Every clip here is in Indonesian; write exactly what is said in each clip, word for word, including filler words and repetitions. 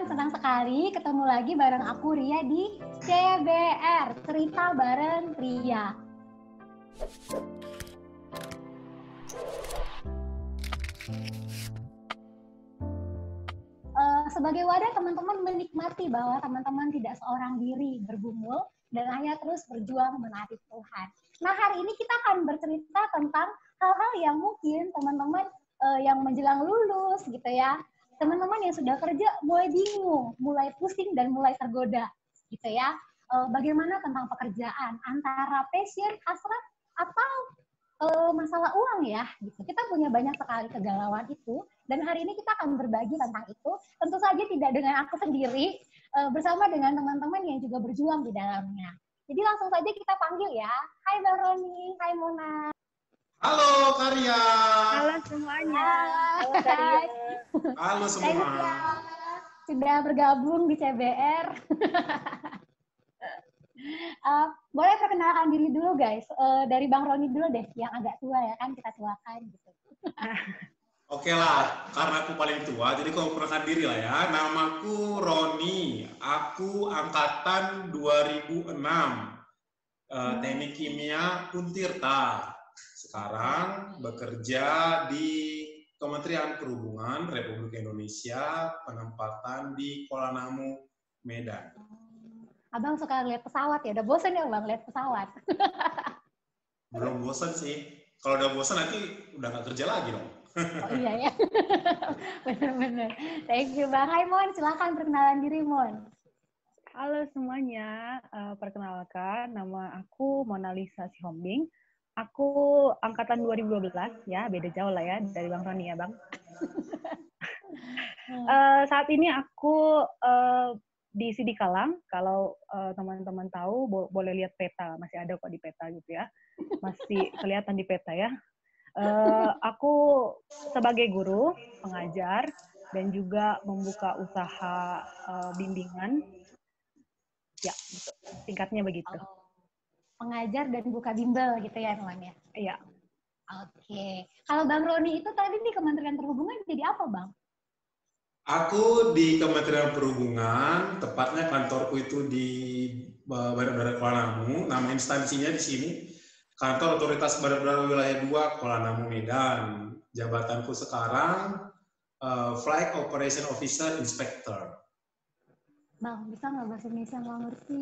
senang sekali ketemu lagi bareng aku Ria di C B R, Cerita Bareng Ria. Uh, sebagai wadah teman-teman menikmati bahwa teman-teman tidak seorang diri bergumul dan hanya terus berjuang menaati Tuhan. Nah, hari ini kita akan bercerita tentang hal-hal yang mungkin teman-teman uh, yang menjelang lulus gitu ya. Teman-teman yang sudah kerja mulai bingung, mulai pusing dan mulai tergoda gitu ya. Uh, bagaimana tentang pekerjaan antara passion, hasrat atau uh, masalah uang ya gitu. Kita punya banyak sekali kegalauan itu dan hari ini kita akan berbagi tentang itu. Tentu saja tidak dengan aku sendiri, uh, bersama dengan teman-teman yang juga berjuang di dalamnya. Jadi langsung saja kita panggil ya. Hai Bang Roni, hai Mona. Halo Karya. Halo semuanya. Halo Karya. Halo semua. Sudah bergabung di C B R. uh, boleh perkenalkan diri dulu guys. Uh, dari Bang Roni dulu deh, yang agak tua ya kan, kita tuakan gitu. Oke lah, karena aku paling tua, jadi kau perkenalkan diri lah ya. Namaku Roni, aku angkatan dua ribu enam, uh, Teknik Kimia Untirta. Sekarang bekerja di Kementerian Perhubungan Republik Indonesia, penempatan di Kuala Namu, Medan. Abang suka lihat pesawat ya? Udah bosan ya Bang lihat pesawat? Belum bosan sih. Kalau udah bosan nanti udah nggak kerja lagi dong. Oh iya ya. Benar-benar. Thank you Bang. Hai Mon, silakan perkenalan diri Mon. Halo semuanya, uh, perkenalkan nama aku Mona Lisa Sihombing. Aku angkatan dua ribu dua belas, ya beda jauh lah ya dari Bang Roni ya Bang. uh, saat ini aku uh, di Sidikalang, kalau uh, teman-teman tahu bo- boleh lihat peta, masih ada kok di peta gitu ya, masih kelihatan di peta ya. Uh, aku sebagai guru, pengajar, dan juga membuka usaha uh, bimbingan, ya gitu. Singkatnya begitu. Oh. Pengajar dan buka bimbel gitu ya namanya? Iya. Oke. Kalau Bang Roni itu tadi di Kementerian Perhubungan jadi apa Bang? Aku di Kementerian Perhubungan, tepatnya kantorku itu di Badan Udara Kuala Namu. Nama instansinya di sini Kantor Otoritas Badan Udara Wilayah dua Kuala Namu Medan. Jabatanku sekarang uh, Flight Operation Officer Inspector. Bang, bisa nggak bahasa Indonesia nggak ngerti?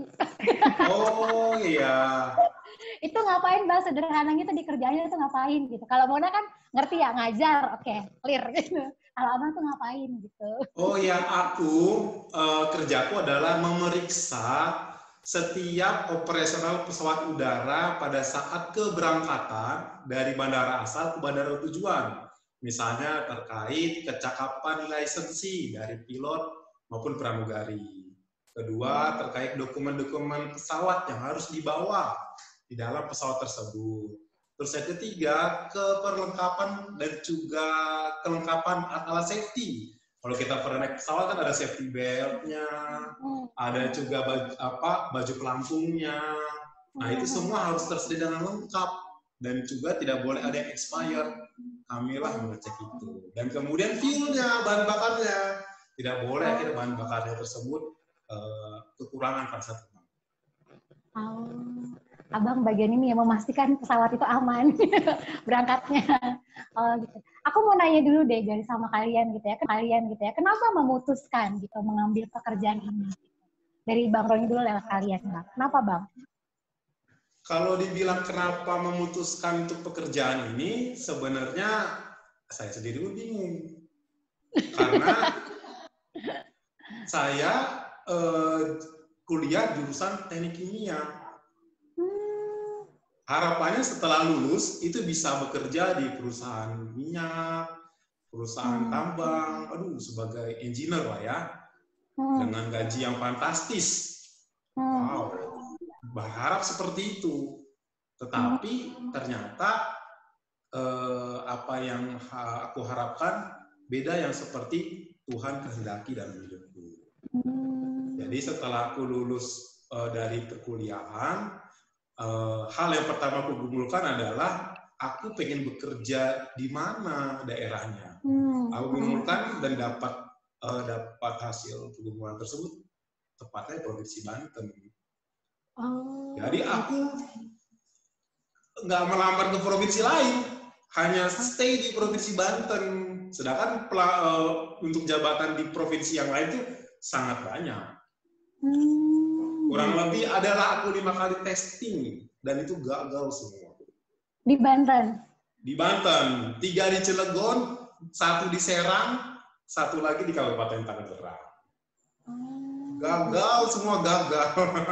Oh iya. Itu ngapain Bang? Sederhananya itu dikerjain itu ngapain gitu. Kalau Mona kan ngerti ya, ngajar, oke, okay, clear gitu. Kalau Abang tuh ngapain gitu? Oh ya, aku uh, kerjaku adalah memeriksa setiap operasional pesawat udara pada saat keberangkatan dari bandara asal ke bandara tujuan. Misalnya terkait kecakapan lisensi dari pilot maupun pramugari. Kedua, terkait dokumen-dokumen pesawat yang harus dibawa di dalam pesawat tersebut. Terus yang ketiga, keperlengkapan dan juga kelengkapan alat safety. Kalau kita pernah naik pesawat kan ada safety belt-nya, ada juga baju, apa, baju pelampungnya. Nah itu semua harus tersedia dengan lengkap dan juga tidak boleh ada yang expired. Kamilah mengecek itu. Dan kemudian fuel-nya, bahan bakarnya. Tidak boleh akhirnya bahan bakarnya tersebut uh, kekurangan pada saat terbang. Oh, Abang bagian ini yang memastikan pesawat itu aman berangkatnya. Oh gitu. Aku mau nanya dulu deh dari sama kalian gitu ya, kalian gitu ya. Kenapa memutuskan gitu mengambil pekerjaan ini? Dari Bang Roni dulu lewat kalian, Bang. Kenapa, Bang? Kalau dibilang kenapa memutuskan untuk pekerjaan ini, sebenarnya saya sendiri bingung. Karena saya eh, kuliah jurusan teknik kimia. Hmm. Harapannya setelah lulus itu bisa bekerja di perusahaan minyak, perusahaan hmm. tambang, aduh sebagai engineer lah ya, hmm. dengan gaji yang fantastis. Hmm. Wow, berharap seperti itu. Tetapi hmm. ternyata eh, apa yang ha- aku harapkan beda yang seperti Tuhan kehendaki dalam hidupku. Hmm. Jadi setelah aku lulus uh, dari perkuliahan, uh, hal yang pertama aku gumulkan adalah aku pengen bekerja di mana daerahnya. Hmm. Aku gumulkan dan dapat uh, dapat hasil pergumulan tersebut tepatnya di Provinsi Banten. Oh. Jadi aku nggak melamar ke provinsi lain, hanya stay di Provinsi Banten. Sedangkan uh, untuk jabatan di provinsi yang lain itu sangat banyak. Hmm. Kurang lebih adalah aku lima kali testing dan itu gagal semua. Di Banten? Di Banten, tiga di Cilegon, satu di Serang, satu lagi di Kabupaten Tangerang. Gagal, semua gagal.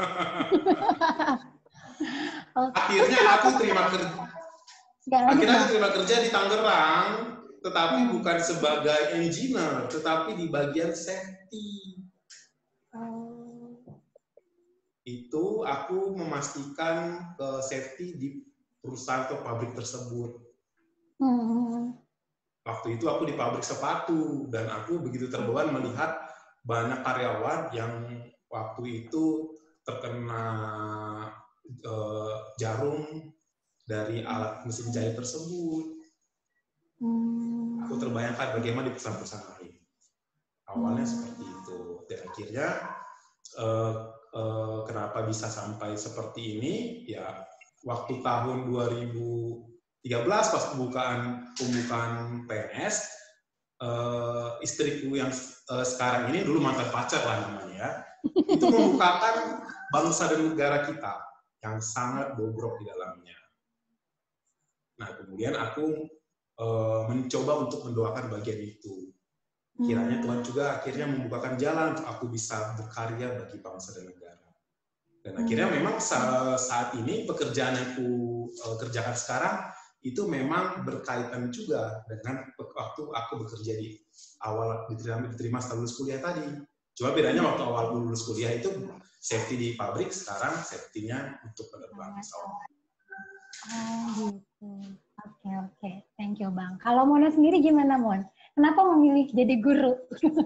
Akhirnya aku terima kerja. Akhirnya aku terima kerja di Tangerang, tetapi hmm. bukan sebagai engineer, tetapi di bagian safety. Oh. Itu aku memastikan ke safety di perusahaan atau pabrik tersebut. Hmm. Waktu itu aku di pabrik sepatu dan aku begitu terbeban melihat banyak karyawan yang waktu itu terkena uh, jarum dari alat mesin jahit tersebut. Hmm. Aku terbayangkan bagaimana di perusahaan-perusahaan lain. Awalnya hmm. seperti itu. Dan akhirnya uh, uh, kenapa bisa sampai seperti ini? Ya, waktu tahun dua ribu tiga belas pas pembukaan pembukaan P N S, uh, istriku yang uh, sekarang ini dulu mantan pacar lah namanya ya, itu membukakan bangsa dan negara kita yang sangat bobrok di dalamnya. Nah kemudian aku uh, mencoba untuk mendoakan bagian itu. Kiranya Tuhan juga akhirnya membukakan jalan untuk aku bisa berkarya bagi bangsa dan negara. Dan akhirnya memang saat ini pekerjaan yang aku uh, kerjakan sekarang itu memang berkaitan juga dengan waktu aku bekerja di awal diterima, diterima setelah lulus kuliah tadi. Cuma bedanya waktu awal lulus kuliah itu safety di pabrik, sekarang safety-nya untuk penerbang pesawat. Oh gitu. Oke oke, thank you Bang. Kalau Mona sendiri gimana Mon? Kenapa memilih jadi guru?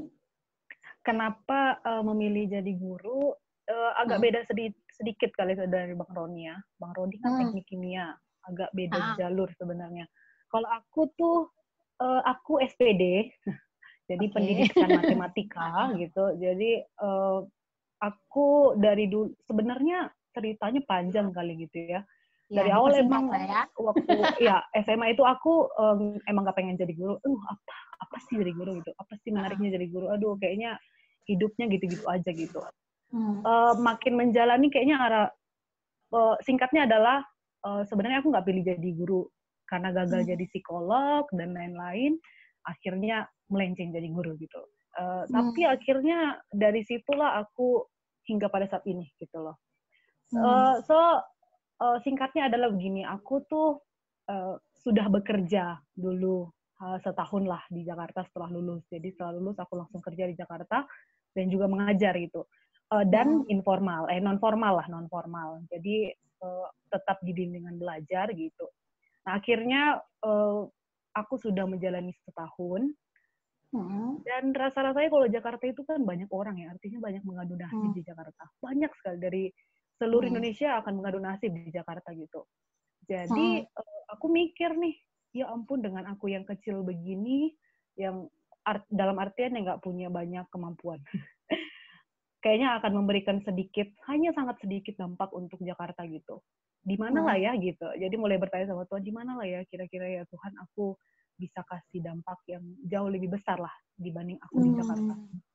Kenapa uh, memilih jadi guru? Uh, agak hmm. beda sedikit, sedikit kali dari Bang Roni ya. Bang Roni kan hmm. teknik kimia. Agak beda ah. jalur sebenarnya. Kalau aku tuh, uh, aku S P D, jadi okay. pendidikan matematika gitu. Jadi uh, aku dari dulu, sebenarnya ceritanya panjang kali gitu ya. Dari ya, awal emang ya. waktu ya S M A itu aku um, emang gak pengen jadi guru. Uh apa apa sih jadi guru gitu? Apa sih menariknya jadi guru? Aduh kayaknya hidupnya gitu-gitu aja gitu. Hmm. Uh, makin menjalani kayaknya arah uh, singkatnya adalah Uh, sebenarnya aku nggak pilih jadi guru karena gagal hmm. jadi psikolog dan lain-lain, akhirnya melenceng jadi guru gitu. Uh, hmm. Tapi akhirnya dari situlah aku hingga pada saat ini gitu loh. Hmm. Uh, so uh, singkatnya adalah begini, aku tuh uh, sudah bekerja dulu uh, setahun lah di Jakarta setelah lulus. Jadi setelah lulus aku langsung kerja di Jakarta dan juga mengajar gitu. Uh, dan hmm. informal, eh non formal lah non formal. Jadi Uh, tetap di bimbingan belajar gitu. Nah akhirnya uh, aku sudah menjalani setahun hmm. dan rasa-rasanya kalau Jakarta itu kan banyak orang ya, artinya banyak mengadu nasib hmm. di Jakarta. Banyak sekali dari seluruh hmm. Indonesia akan mengadu nasib di Jakarta gitu. Jadi hmm. uh, aku mikir nih, ya ampun dengan aku yang kecil begini, yang art, dalam artian yang nggak punya banyak kemampuan. Kayaknya akan memberikan sedikit, hanya sangat sedikit dampak untuk Jakarta gitu. Di mana lah ya gitu. Jadi mulai bertanya sama Tuhan, di mana lah ya kira-kira ya Tuhan aku bisa kasih dampak yang jauh lebih besar lah dibanding aku hmm. di Jakarta.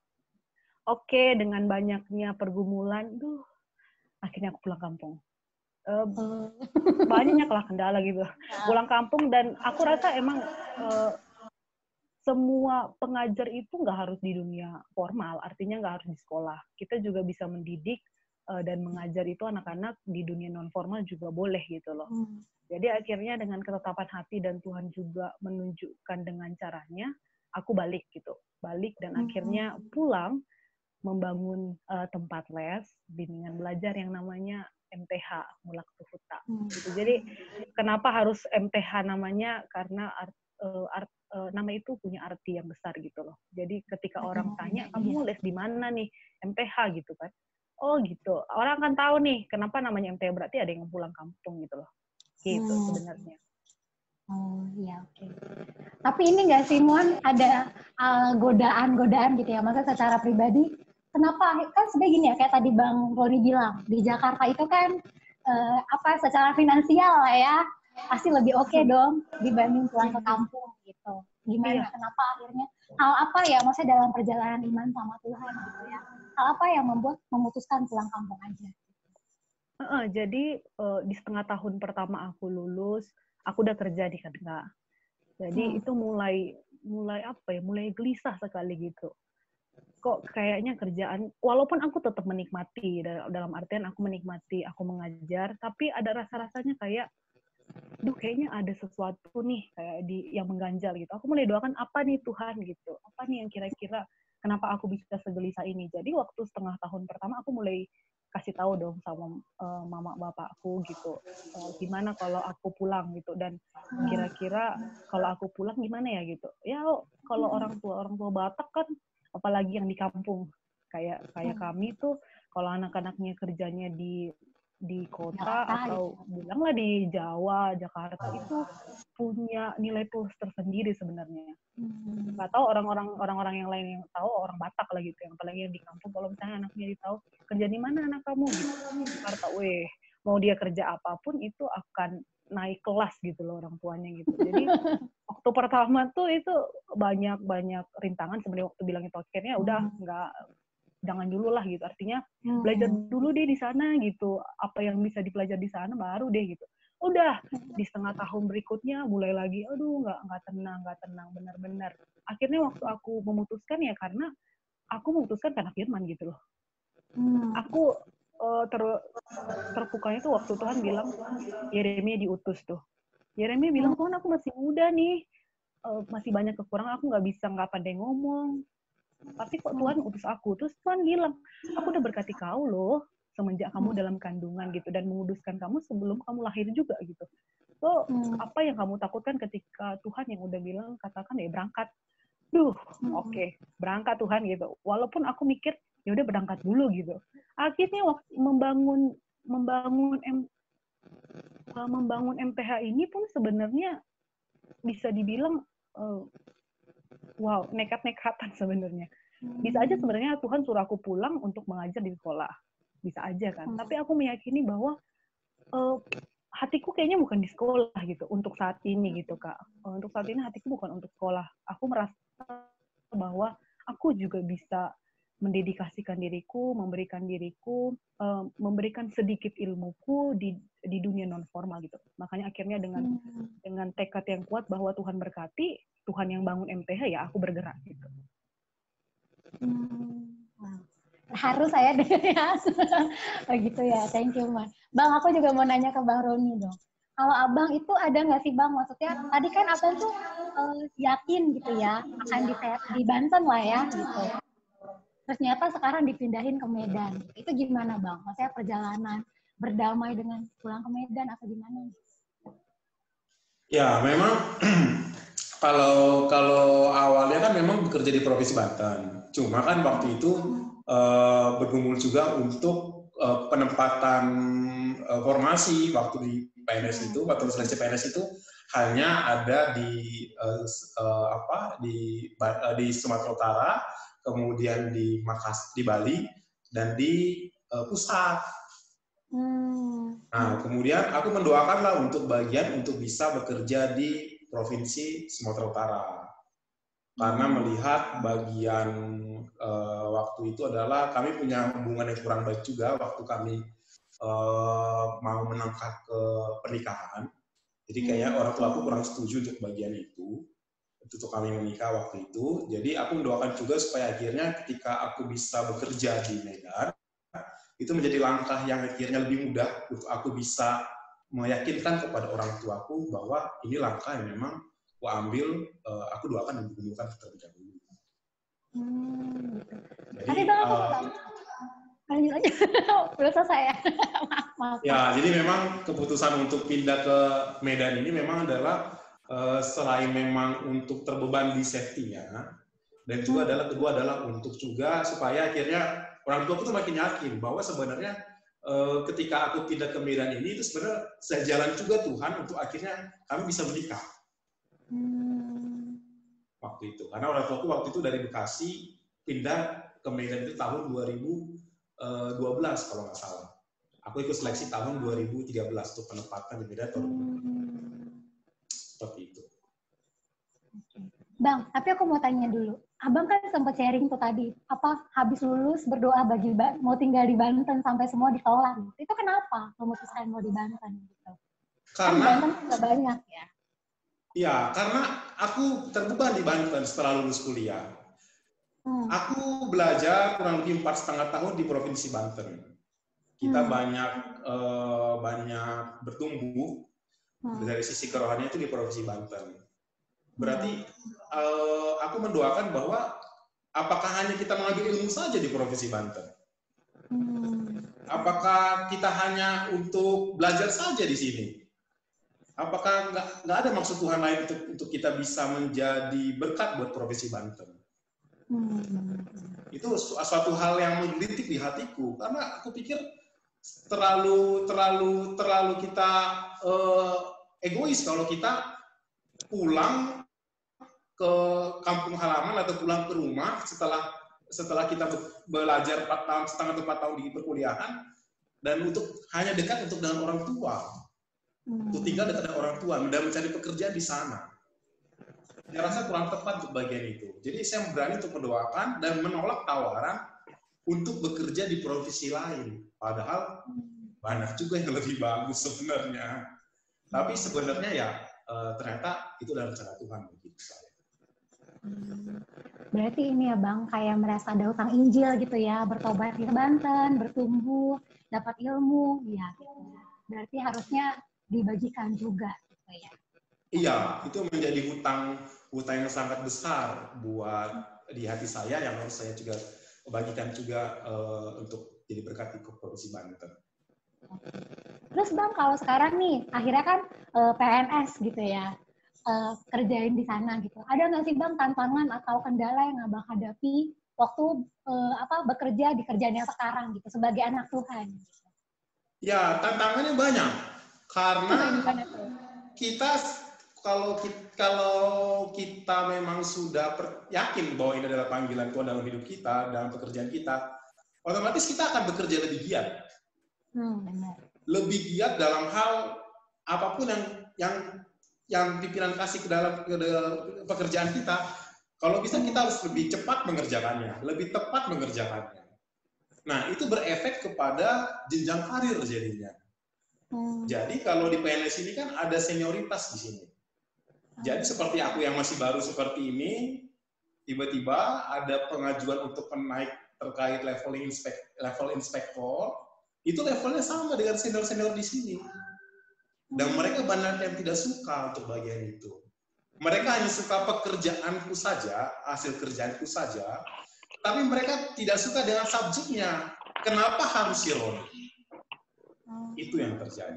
Oke, dengan banyaknya pergumulan, duh, akhirnya aku pulang kampung. Uh, hmm. Banyak lah kendala gitu. Pulang kampung dan aku rasa emang uh, semua pengajar itu nggak harus di dunia formal, artinya nggak harus di sekolah. Kita juga bisa mendidik uh, dan mengajar itu anak-anak di dunia non formal juga boleh gitu loh. Hmm. Jadi akhirnya dengan ketetapan hati dan Tuhan juga menunjukkan dengan caranya, aku balik gitu, balik dan hmm. akhirnya pulang membangun uh, tempat les, bimbingan belajar yang namanya M T H, Mulak Tuhuta. Hmm. Gitu. Jadi kenapa harus M T H namanya? Karena art, uh, art Uh, nama itu punya arti yang besar gitu loh. Jadi ketika oh, orang tanya, kamu les di mana nih? M T H gitu kan. Oh gitu. Orang akan tahu nih, kenapa namanya M T H, berarti ada yang pulang kampung gitu loh. Gitu hmm. sebenarnya. Oh iya, oke. Tapi ini nggak sih, Mon, ada uh, godaan-godaan gitu ya, maksudnya secara pribadi, kenapa, kan sebenarnya gini ya, kayak tadi Bang Roni bilang, di Jakarta itu kan, uh, apa, secara finansial lah ya, pasti lebih oke okay dong, dibanding pulang ke kampung gitu. Gimana, Iya. kenapa akhirnya, hal apa ya, maksudnya dalam perjalanan iman sama Tuhan gitu ya, hal apa yang membuat memutuskan pulang kampung aja? Uh, jadi uh, di setengah tahun pertama aku lulus, aku udah kerja di Kedeng. Jadi hmm. itu mulai mulai apa ya, mulai gelisah sekali gitu. Kok kayaknya kerjaan, walaupun aku tetap menikmati, dalam artian aku menikmati, aku mengajar, tapi ada rasa-rasanya kayak, duh kayaknya ada sesuatu nih kayak di yang mengganjal gitu. Aku mulai doakan apa nih Tuhan gitu, apa nih yang kira-kira kenapa aku bisa segelisah ini. Jadi waktu setengah tahun pertama aku mulai kasih tahu dong sama uh, mama bapakku gitu, uh, gimana kalau aku pulang gitu, dan kira-kira kalau aku pulang gimana ya gitu. Ya kalau orang tua orang tua Batak kan, apalagi yang di kampung kayak kayak kami tuh, kalau anak-anaknya kerjanya di di kota atau bilanglah di Jawa, Jakarta, itu punya nilai plus tersendiri sebenarnya. Nggak tahu orang-orang orang-orang yang lain yang tahu, orang Batak lah gitu, yang apalagi yang di kampung, kalau misalnya anaknya ditahu kerja di mana anak kamu gitu, Jakarta, weh mau dia kerja apapun itu akan naik kelas gitu loh orang tuanya gitu. Jadi waktu pertama tuh itu banyak banyak rintangan sebenarnya, waktu bilang itu akhirnya udah nggak, jangan dulu lah gitu, artinya belajar dulu deh di sana gitu, apa yang bisa dipelajari di sana baru deh gitu. Udah di setengah tahun berikutnya mulai lagi, aduh nggak nggak tenang nggak tenang benar-benar. Akhirnya waktu aku memutuskan ya karena aku memutuskan karena firman gitu loh. Hmm. Aku uh, ter terpukanya tuh waktu Tuhan bilang Yeremia diutus tuh. Yeremia bilang, Tuhan aku masih muda nih, uh, masih banyak kekurangan, aku nggak bisa nggak pandai ngomong. Tapi kok Tuhan utus aku? Terus Tuhan bilang, aku udah berkati kau loh semenjak kamu dalam kandungan gitu, dan menguduskan kamu sebelum kamu lahir juga gitu. So, hmm. apa yang kamu takutkan ketika Tuhan yang udah bilang, katakan ya berangkat. Duh, hmm. oke, okay, berangkat Tuhan gitu. Walaupun aku mikir, ya udah berangkat dulu gitu. Akhirnya waktu membangun membangun M, uh, membangun M P H ini pun sebenarnya bisa dibilang uh, wow, nekat-nekatan sebenarnya. Bisa aja sebenarnya Tuhan suruh aku pulang untuk mengajar di sekolah. Bisa aja kan. Hmm. Tapi aku meyakini bahwa uh, hatiku kayaknya bukan di sekolah gitu untuk saat ini gitu, Kak. Uh, untuk saat ini hatiku bukan untuk sekolah. Aku merasa bahwa aku juga bisa mendedikasikan diriku, memberikan diriku, uh, memberikan sedikit ilmuku di di dunia non formal gitu. Makanya akhirnya dengan hmm. dengan tekad yang kuat bahwa Tuhan berkati, Tuhan yang bangun M P H, ya aku bergerak gitu. Hmm. Wow. Harus saya deh ya. Oh gitu ya, thank you Man. Bang, aku juga mau nanya ke Bang Roni dong. Kalau Abang itu ada nggak sih Bang, maksudnya tadi kan Abang tuh uh, yakin gitu ya akan di, di Banten lah ya gitu. Terus ternyata sekarang dipindahin ke Medan. Itu gimana Bang? Maksudnya perjalanan berdamai dengan pulang ke Medan atau gimana? Ya memang kalau kalau awalnya kan memang bekerja di Provinsi Banten. Cuma kan waktu itu uh, bergumul juga untuk uh, penempatan uh, formasi waktu di P N S itu, waktu seleksi P N S itu hanya ada di uh, uh, apa di uh, di Sumatera Utara, kemudian di Makassar, di Bali, dan di uh, pusat. Hmm. Nah, kemudian aku mendoakanlah untuk bagian untuk bisa bekerja di Provinsi Sumatera Utara. Karena melihat bagian uh, waktu itu adalah kami punya hubungan yang kurang baik juga waktu kami uh, mau menangkap ke pernikahan. Jadi kayak orang tua aku kurang setuju untuk bagian itu. Untuk kami menikah waktu itu. Jadi aku mendoakan juga supaya akhirnya ketika aku bisa bekerja di Medan, itu menjadi langkah yang akhirnya lebih mudah untuk aku bisa meyakinkan kepada orang tuaku bahwa ini langkah yang memang aku ambil, uh, aku doakan dan bergumulkan terlebih dahulu. Hmm, gitu. Jadi, Tapi bang, aku uh, lanjut aja, belum selesai ya. maaf, maaf. Ya, jadi memang keputusan untuk pindah ke Medan ini memang adalah uh, selain memang untuk terbeban di safety-nya, dan juga hmm. adalah kedua adalah untuk juga supaya akhirnya orang tua aku tuh makin yakin bahwa sebenarnya uh, ketika aku pindah ke Medan ini itu sebenarnya sejalan juga Tuhan untuk akhirnya kami bisa menikah. Hmm. Waktu itu. Karena orang tuaku waktu itu dari Bekasi pindah ke Medan itu tahun dua ribu dua belas kalau nggak salah. Aku ikut seleksi tahun dua ribu tiga belas untuk penempatan di Medan tahun Hmm. seperti itu. Bang, tapi aku mau tanya dulu. Abang kan sempat sharing tuh tadi, apa habis lulus berdoa bagi mau tinggal di Banten sampai semua ditolak. Itu kenapa memutuskan mau di Banten gitu? Karena kan Banten nggak banyak ya. Iya, karena aku terbeban di Banten setelah lulus kuliah. Hmm. Aku belajar kurang lebih empat setengah tahun di Provinsi Banten. Kita hmm. banyak uh, banyak bertumbuh hmm. dari sisi kerohanian itu di Provinsi Banten. Berarti uh, aku mendoakan bahwa apakah hanya kita mengambil ilmu saja di Provinsi Banten? Hmm. Apakah kita hanya untuk belajar saja di sini? Apakah nggak nggak ada maksud Tuhan lain untuk untuk kita bisa menjadi berkat buat Provinsi Banten? Hmm. Itu suatu hal yang menggelitik di hatiku karena aku pikir terlalu terlalu terlalu kita uh, egois kalau kita pulang ke kampung halaman atau pulang ke rumah setelah setelah kita belajar empat tahun setengah atau empat tahun di perkuliahan dan untuk hanya dekat untuk dengan orang tua, hmm. untuk tinggal dekat dengan orang tua dan mencari pekerjaan di sana. Saya rasa kurang tepat untuk bagian itu. Jadi saya berani untuk mendoakan dan menolak tawaran untuk bekerja di provinsi lain. Padahal banyak juga yang lebih bagus sebenarnya. Tapi sebenarnya ya ternyata itu adalah rencana Tuhan begitu saya. Berarti ini ya Bang, kayak merasa ada utang Injil gitu ya, bertobat di Banten, bertumbuh, dapat ilmu, ya gitu. Berarti harusnya dibagikan juga gitu ya. Iya, itu menjadi hutang hutang yang sangat besar buat di hati saya yang harus saya juga bagikan juga uh, untuk jadi berkat di Provinsi Banten. Terus Bang, kalau sekarang nih, akhirnya kan uh, P N S gitu ya, uh, kerjain di sana gitu. Ada nggak sih Bang tantangan atau kendala yang Abang hadapi waktu uh, apa bekerja di kerjaan yang sekarang gitu sebagai anak Tuhan? Gitu. Ya, tantangannya banyak karena kita kalau kita, kalau kita memang sudah per, yakin bahwa ini adalah panggilan Tuhan dalam hidup kita, dalam pekerjaan kita, otomatis kita akan bekerja lebih giat. Hmm, benar. Lebih giat dalam hal apapun yang yang yang pikiran kasih ke dalam, ke dalam pekerjaan kita. Kalau bisa kita harus lebih cepat mengerjakannya, lebih tepat mengerjakannya. Nah, itu berefek kepada jenjang karir jadinya. Hmm. Jadi kalau di P N S ini kan ada senioritas di sini. Jadi seperti aku yang masih baru seperti ini, tiba-tiba ada pengajuan untuk menaik terkait leveling inspek, level inspektor, itu levelnya sama dengan senior-senior di sini. Dan mereka banyak yang tidak suka untuk bagian itu. Mereka hanya suka pekerjaanku saja, hasil kerjaanku saja, tapi mereka tidak suka dengan subjeknya. Kenapa harus Sironi? Itu yang terjadi.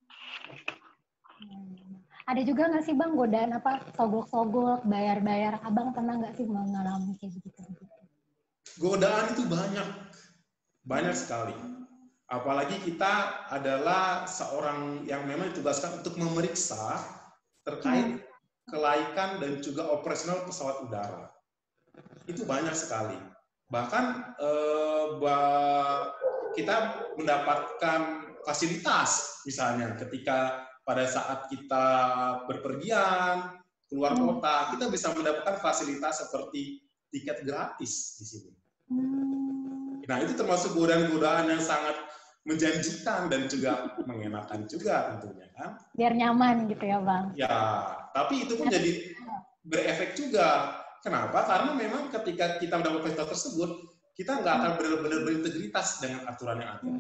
Ada juga nggak sih Bang godaan apa sogok-sogok, bayar-bayar? Abang pernah nggak sih mengalami kayak begitu? Godaan itu banyak, banyak sekali. Apalagi kita adalah seorang yang memang ditugaskan untuk memeriksa terkait kelaikan dan juga operasional pesawat udara. Itu banyak sekali. Bahkan eh, kita mendapatkan fasilitas, misalnya ketika pada saat kita berpergian keluar kota, kita bisa mendapatkan fasilitas seperti tiket gratis di sini. Nah, itu termasuk godaan-godaan yang sangat menjanjikan dan juga mengenakan juga tentunya kan. Biar nyaman gitu ya Bang. Ya, tapi itu pun jadi berefek juga. Kenapa? Karena memang ketika kita mendapat fasilitas tersebut, kita nggak akan benar-benar berintegritas dengan aturan yang ada.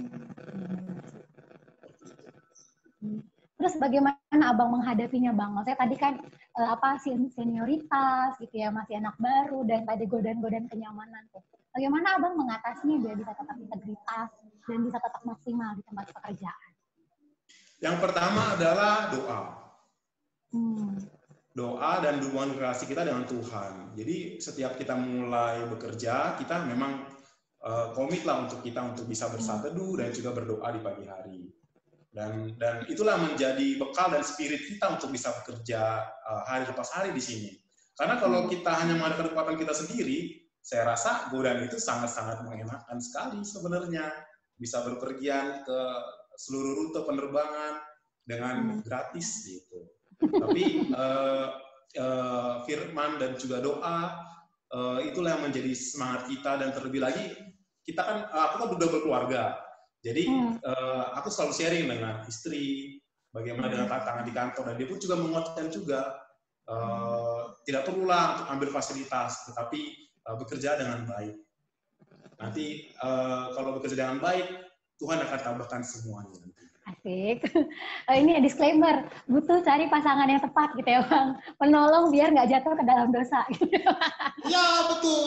Terus bagaimana Abang menghadapinya Bang? Maksudnya tadi kan eh, apa senioritas gitu ya, masih anak baru dan tadi godaan-godaan kenyamanan tuh. Bagaimana Abang mengatasinya biar bisa tetap integritas dan bisa tetap maksimal di tempat pekerjaan? Yang pertama adalah doa. Hmm. Doa dan hubungan relasi kita dengan Tuhan. Jadi setiap kita mulai bekerja, kita memang uh, komit lah untuk kita untuk bisa bersaat teduh dan juga berdoa di pagi hari. Dan dan itulah menjadi bekal dan spirit kita untuk bisa bekerja uh, hari lepas hari di sini. Karena kalau kita hanya mengandalkan kekuatan kita sendiri, saya rasa godaan itu sangat-sangat mengenakan sekali sebenarnya. Bisa berpergian ke seluruh rute penerbangan dengan gratis gitu. Tapi uh, uh, firman dan juga doa uh, itulah yang menjadi semangat kita, dan terlebih lagi kita kan, aku kan udah berkeluarga. Jadi uh, aku selalu sharing dengan istri bagaimana dengan tantangan di kantor, dan dia pun juga menguatkan juga. Uh, tidak perlulah untuk ambil fasilitas, tetapi uh, bekerja dengan baik. Nanti uh, kalau bekerja dengan baik, Tuhan akan tambahkan semuanya. Asik. Uh, ini disclaimer, butuh cari pasangan yang tepat gitu ya Bang. Penolong biar nggak jatuh ke dalam dosa. Ya betul.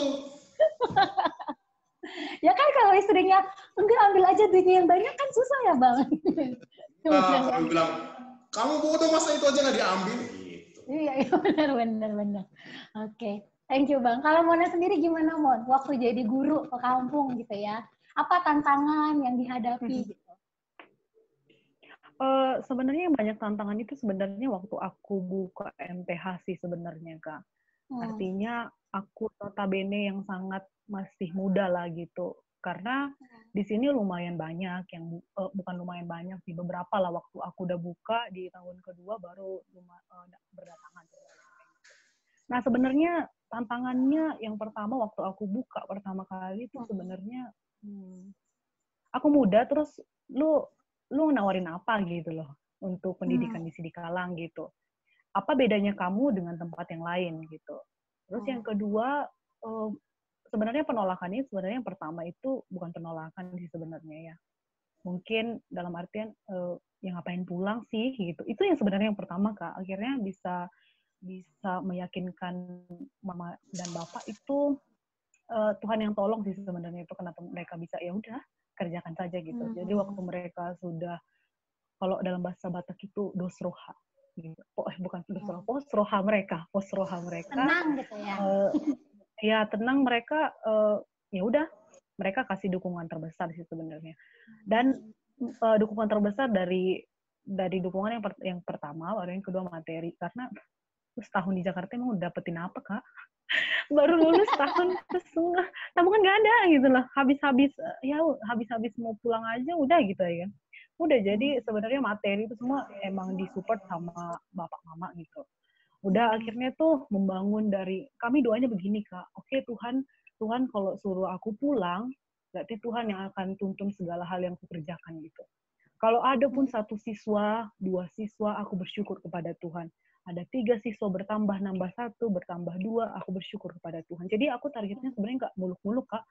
Ya kan kalau istrinya, enggak ambil aja duitnya yang banyak kan susah ya Bang. Nah, aku bilang, kamu bodoh masa itu aja nggak diambil? Iya, iya benar, benar, benar. Oke, okay. Thank you Bang. Kalau Mona sendiri gimana Mon? Waktu jadi guru ke kampung gitu ya, apa tantangan yang dihadapi gitu? Uh, sebenarnya banyak tantangan itu sebenarnya waktu aku buka M T H sih sebenarnya Kak. Hmm. Artinya aku notabene yang sangat masih muda lah gitu. Karena di sini lumayan banyak yang uh, bukan lumayan banyak sih, beberapa lah waktu aku udah buka di tahun kedua baru luma, uh, berdatangan. Nah sebenarnya tantangannya yang pertama waktu aku buka pertama kali itu sebenarnya hmm, aku muda, terus lu lu nawarin apa gitu loh untuk pendidikan hmm. di Sidikalang gitu. Apa bedanya kamu dengan tempat yang lain gitu. Terus hmm. yang kedua uh, sebenarnya penolakannya sebenarnya yang pertama itu bukan penolakan sih sebenarnya ya. Mungkin dalam artian uh, yang ngapain pulang sih gitu. Itu yang sebenarnya yang pertama Kak. Akhirnya bisa bisa meyakinkan mama dan bapak itu uh, Tuhan yang tolong sih sebenarnya itu, kenapa mereka bisa ya udah kerjakan saja gitu. Hmm. Jadi waktu mereka sudah, kalau dalam bahasa Batak itu dosroha. Gitu. Oh, eh, bukan dosroha, posroha mereka, posroha mereka. Tenang gitu ya. Uh, Ya tenang mereka, uh, ya udah mereka kasih dukungan terbesar sih sebenarnya. Dan uh, dukungan terbesar dari dari dukungan yang per, yang pertama, baru yang kedua materi. Karena setahun di Jakarta emang udah dapetin apa Kak? Baru lulus tahun terus enggak, tabungan nggak ada gitu loh. Habis-habis ya habis-habis mau pulang aja udah gitu ya. Udah jadi sebenarnya materi itu semua emang disupport sama bapak mama gitu. Udah akhirnya tuh membangun dari, kami doanya begini Kak, oke Tuhan, Tuhan kalau suruh aku pulang, berarti Tuhan yang akan tuntun segala hal yang aku kerjakan gitu. Kalau ada pun satu siswa, dua siswa, aku bersyukur kepada Tuhan. Ada tiga siswa bertambah, nambah satu, bertambah dua, aku bersyukur kepada Tuhan. Jadi aku targetnya sebenarnya nggak muluk-muluk Kak.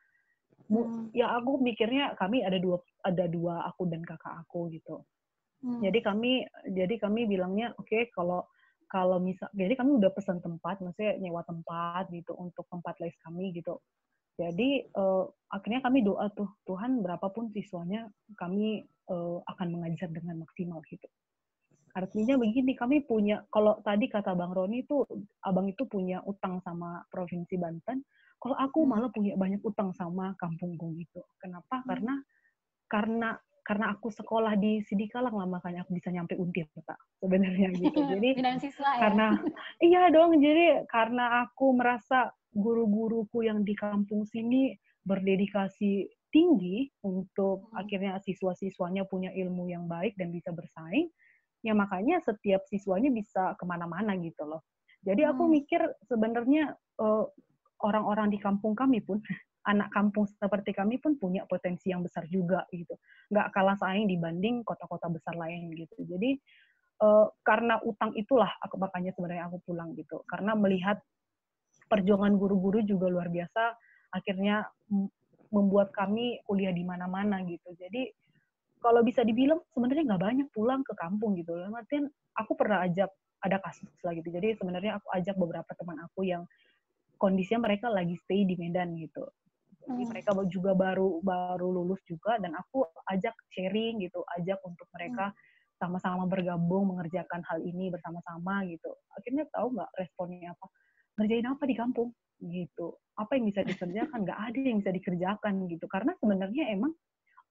Ya aku mikirnya kami ada dua, ada dua aku dan kakak aku gitu. Jadi kami, jadi kami bilangnya, oke okay, kalau Kalau misal, jadi kami udah pesan tempat, maksudnya nyewa tempat gitu untuk tempat les kami gitu. Jadi uh, akhirnya kami doa tuh, Tuhan berapapun siswanya kami uh, akan mengajar dengan maksimal gitu. Artinya begini, kami punya, kalau tadi kata Bang Roni itu, abang itu punya utang sama Provinsi Banten, kalau aku malah punya banyak utang sama kampungku gitu. Kenapa? Karena karena karena aku sekolah di Sidikalang lah, makanya aku bisa nyampe Untir Pak sebenarnya gitu. Jadi siswa, ya? Karena iya dong, jadi karena aku merasa guru-guruku yang di kampung sini berdedikasi tinggi untuk hmm. akhirnya siswa-siswanya punya ilmu yang baik dan bisa bersaing, ya makanya setiap siswanya bisa kemana-mana gitu loh. Jadi aku hmm. mikir sebenarnya uh, orang-orang di kampung kami pun anak kampung seperti kami pun punya potensi yang besar juga gitu. Nggak kalah saing dibanding kota-kota besar lain gitu. Jadi uh, karena utang itulah aku makanya sebenarnya aku pulang gitu. Karena melihat perjuangan guru-guru juga luar biasa, akhirnya membuat kami kuliah di mana-mana gitu. Jadi kalau bisa dibilang sebenarnya nggak banyak pulang ke kampung gitu. Artinya aku pernah ajak, ada kasus lah gitu. Jadi sebenarnya aku ajak beberapa teman aku yang kondisinya mereka lagi stay di Medan gitu. Jadi mereka juga baru baru lulus juga, dan aku ajak sharing gitu, ajak untuk mereka sama-sama bergabung mengerjakan hal ini bersama-sama gitu. Akhirnya tahu nggak responnya apa? Ngerjain apa di kampung gitu? Apa yang bisa dikerjakan? Nggak ada yang bisa dikerjakan gitu. Karena sebenarnya emang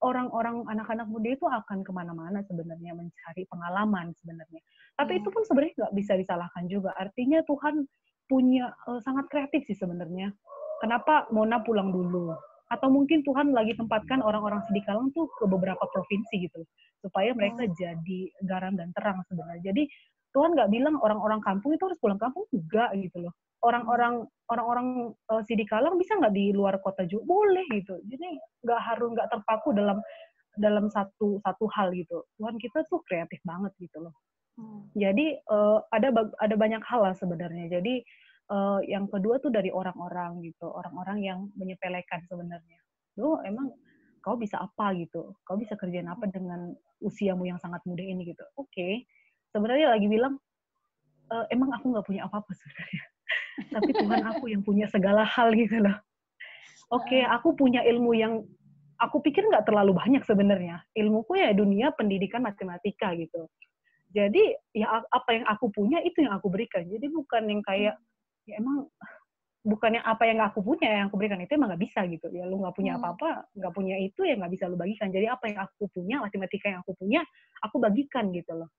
orang-orang anak-anak muda itu akan kemana-mana sebenarnya mencari pengalaman sebenarnya. Tapi Hmm. itu pun sebenarnya nggak bisa disalahkan juga. Artinya Tuhan punya uh, sangat kreatif sih sebenarnya. Kenapa Mona pulang dulu? Atau mungkin Tuhan lagi tempatkan orang-orang Sidikalang tuh ke beberapa provinsi gitu, supaya mereka Hmm. jadi garam dan terang sebenarnya. Jadi Tuhan nggak bilang orang-orang kampung itu harus pulang kampung juga gitu loh. Orang-orang orang-orang uh, Sidikalang bisa nggak di luar kota juga? Boleh gitu. Jadi nggak harus nggak terpaku dalam dalam satu satu hal gitu. Tuhan kita tuh kreatif banget gitu loh. Hmm. Jadi uh, ada ada banyak hal lah sebenarnya. Jadi uh, yang kedua tuh dari orang-orang gitu, orang-orang yang menyepelekan sebenarnya. Lo emang kau bisa apa gitu? Kau bisa kerjain apa dengan usiamu yang sangat muda ini gitu? Oke, okay. Sebenarnya lagi bilang e, emang aku nggak punya apa-apa sebenarnya. Tapi Tuhan aku yang punya segala hal gitu loh. Oke, okay, aku punya ilmu yang aku pikir nggak terlalu banyak sebenarnya. Ilmuku ya dunia pendidikan matematika gitu. Jadi ya apa yang aku punya itu yang aku berikan. Jadi bukan yang kayak ya emang bukan yang apa yang aku punya yang aku berikan itu emang nggak bisa gitu. Ya lu nggak punya apa-apa, nggak punya itu ya nggak bisa lu bagikan. Jadi apa yang aku punya, matematika yang aku punya, aku bagikan gitu loh.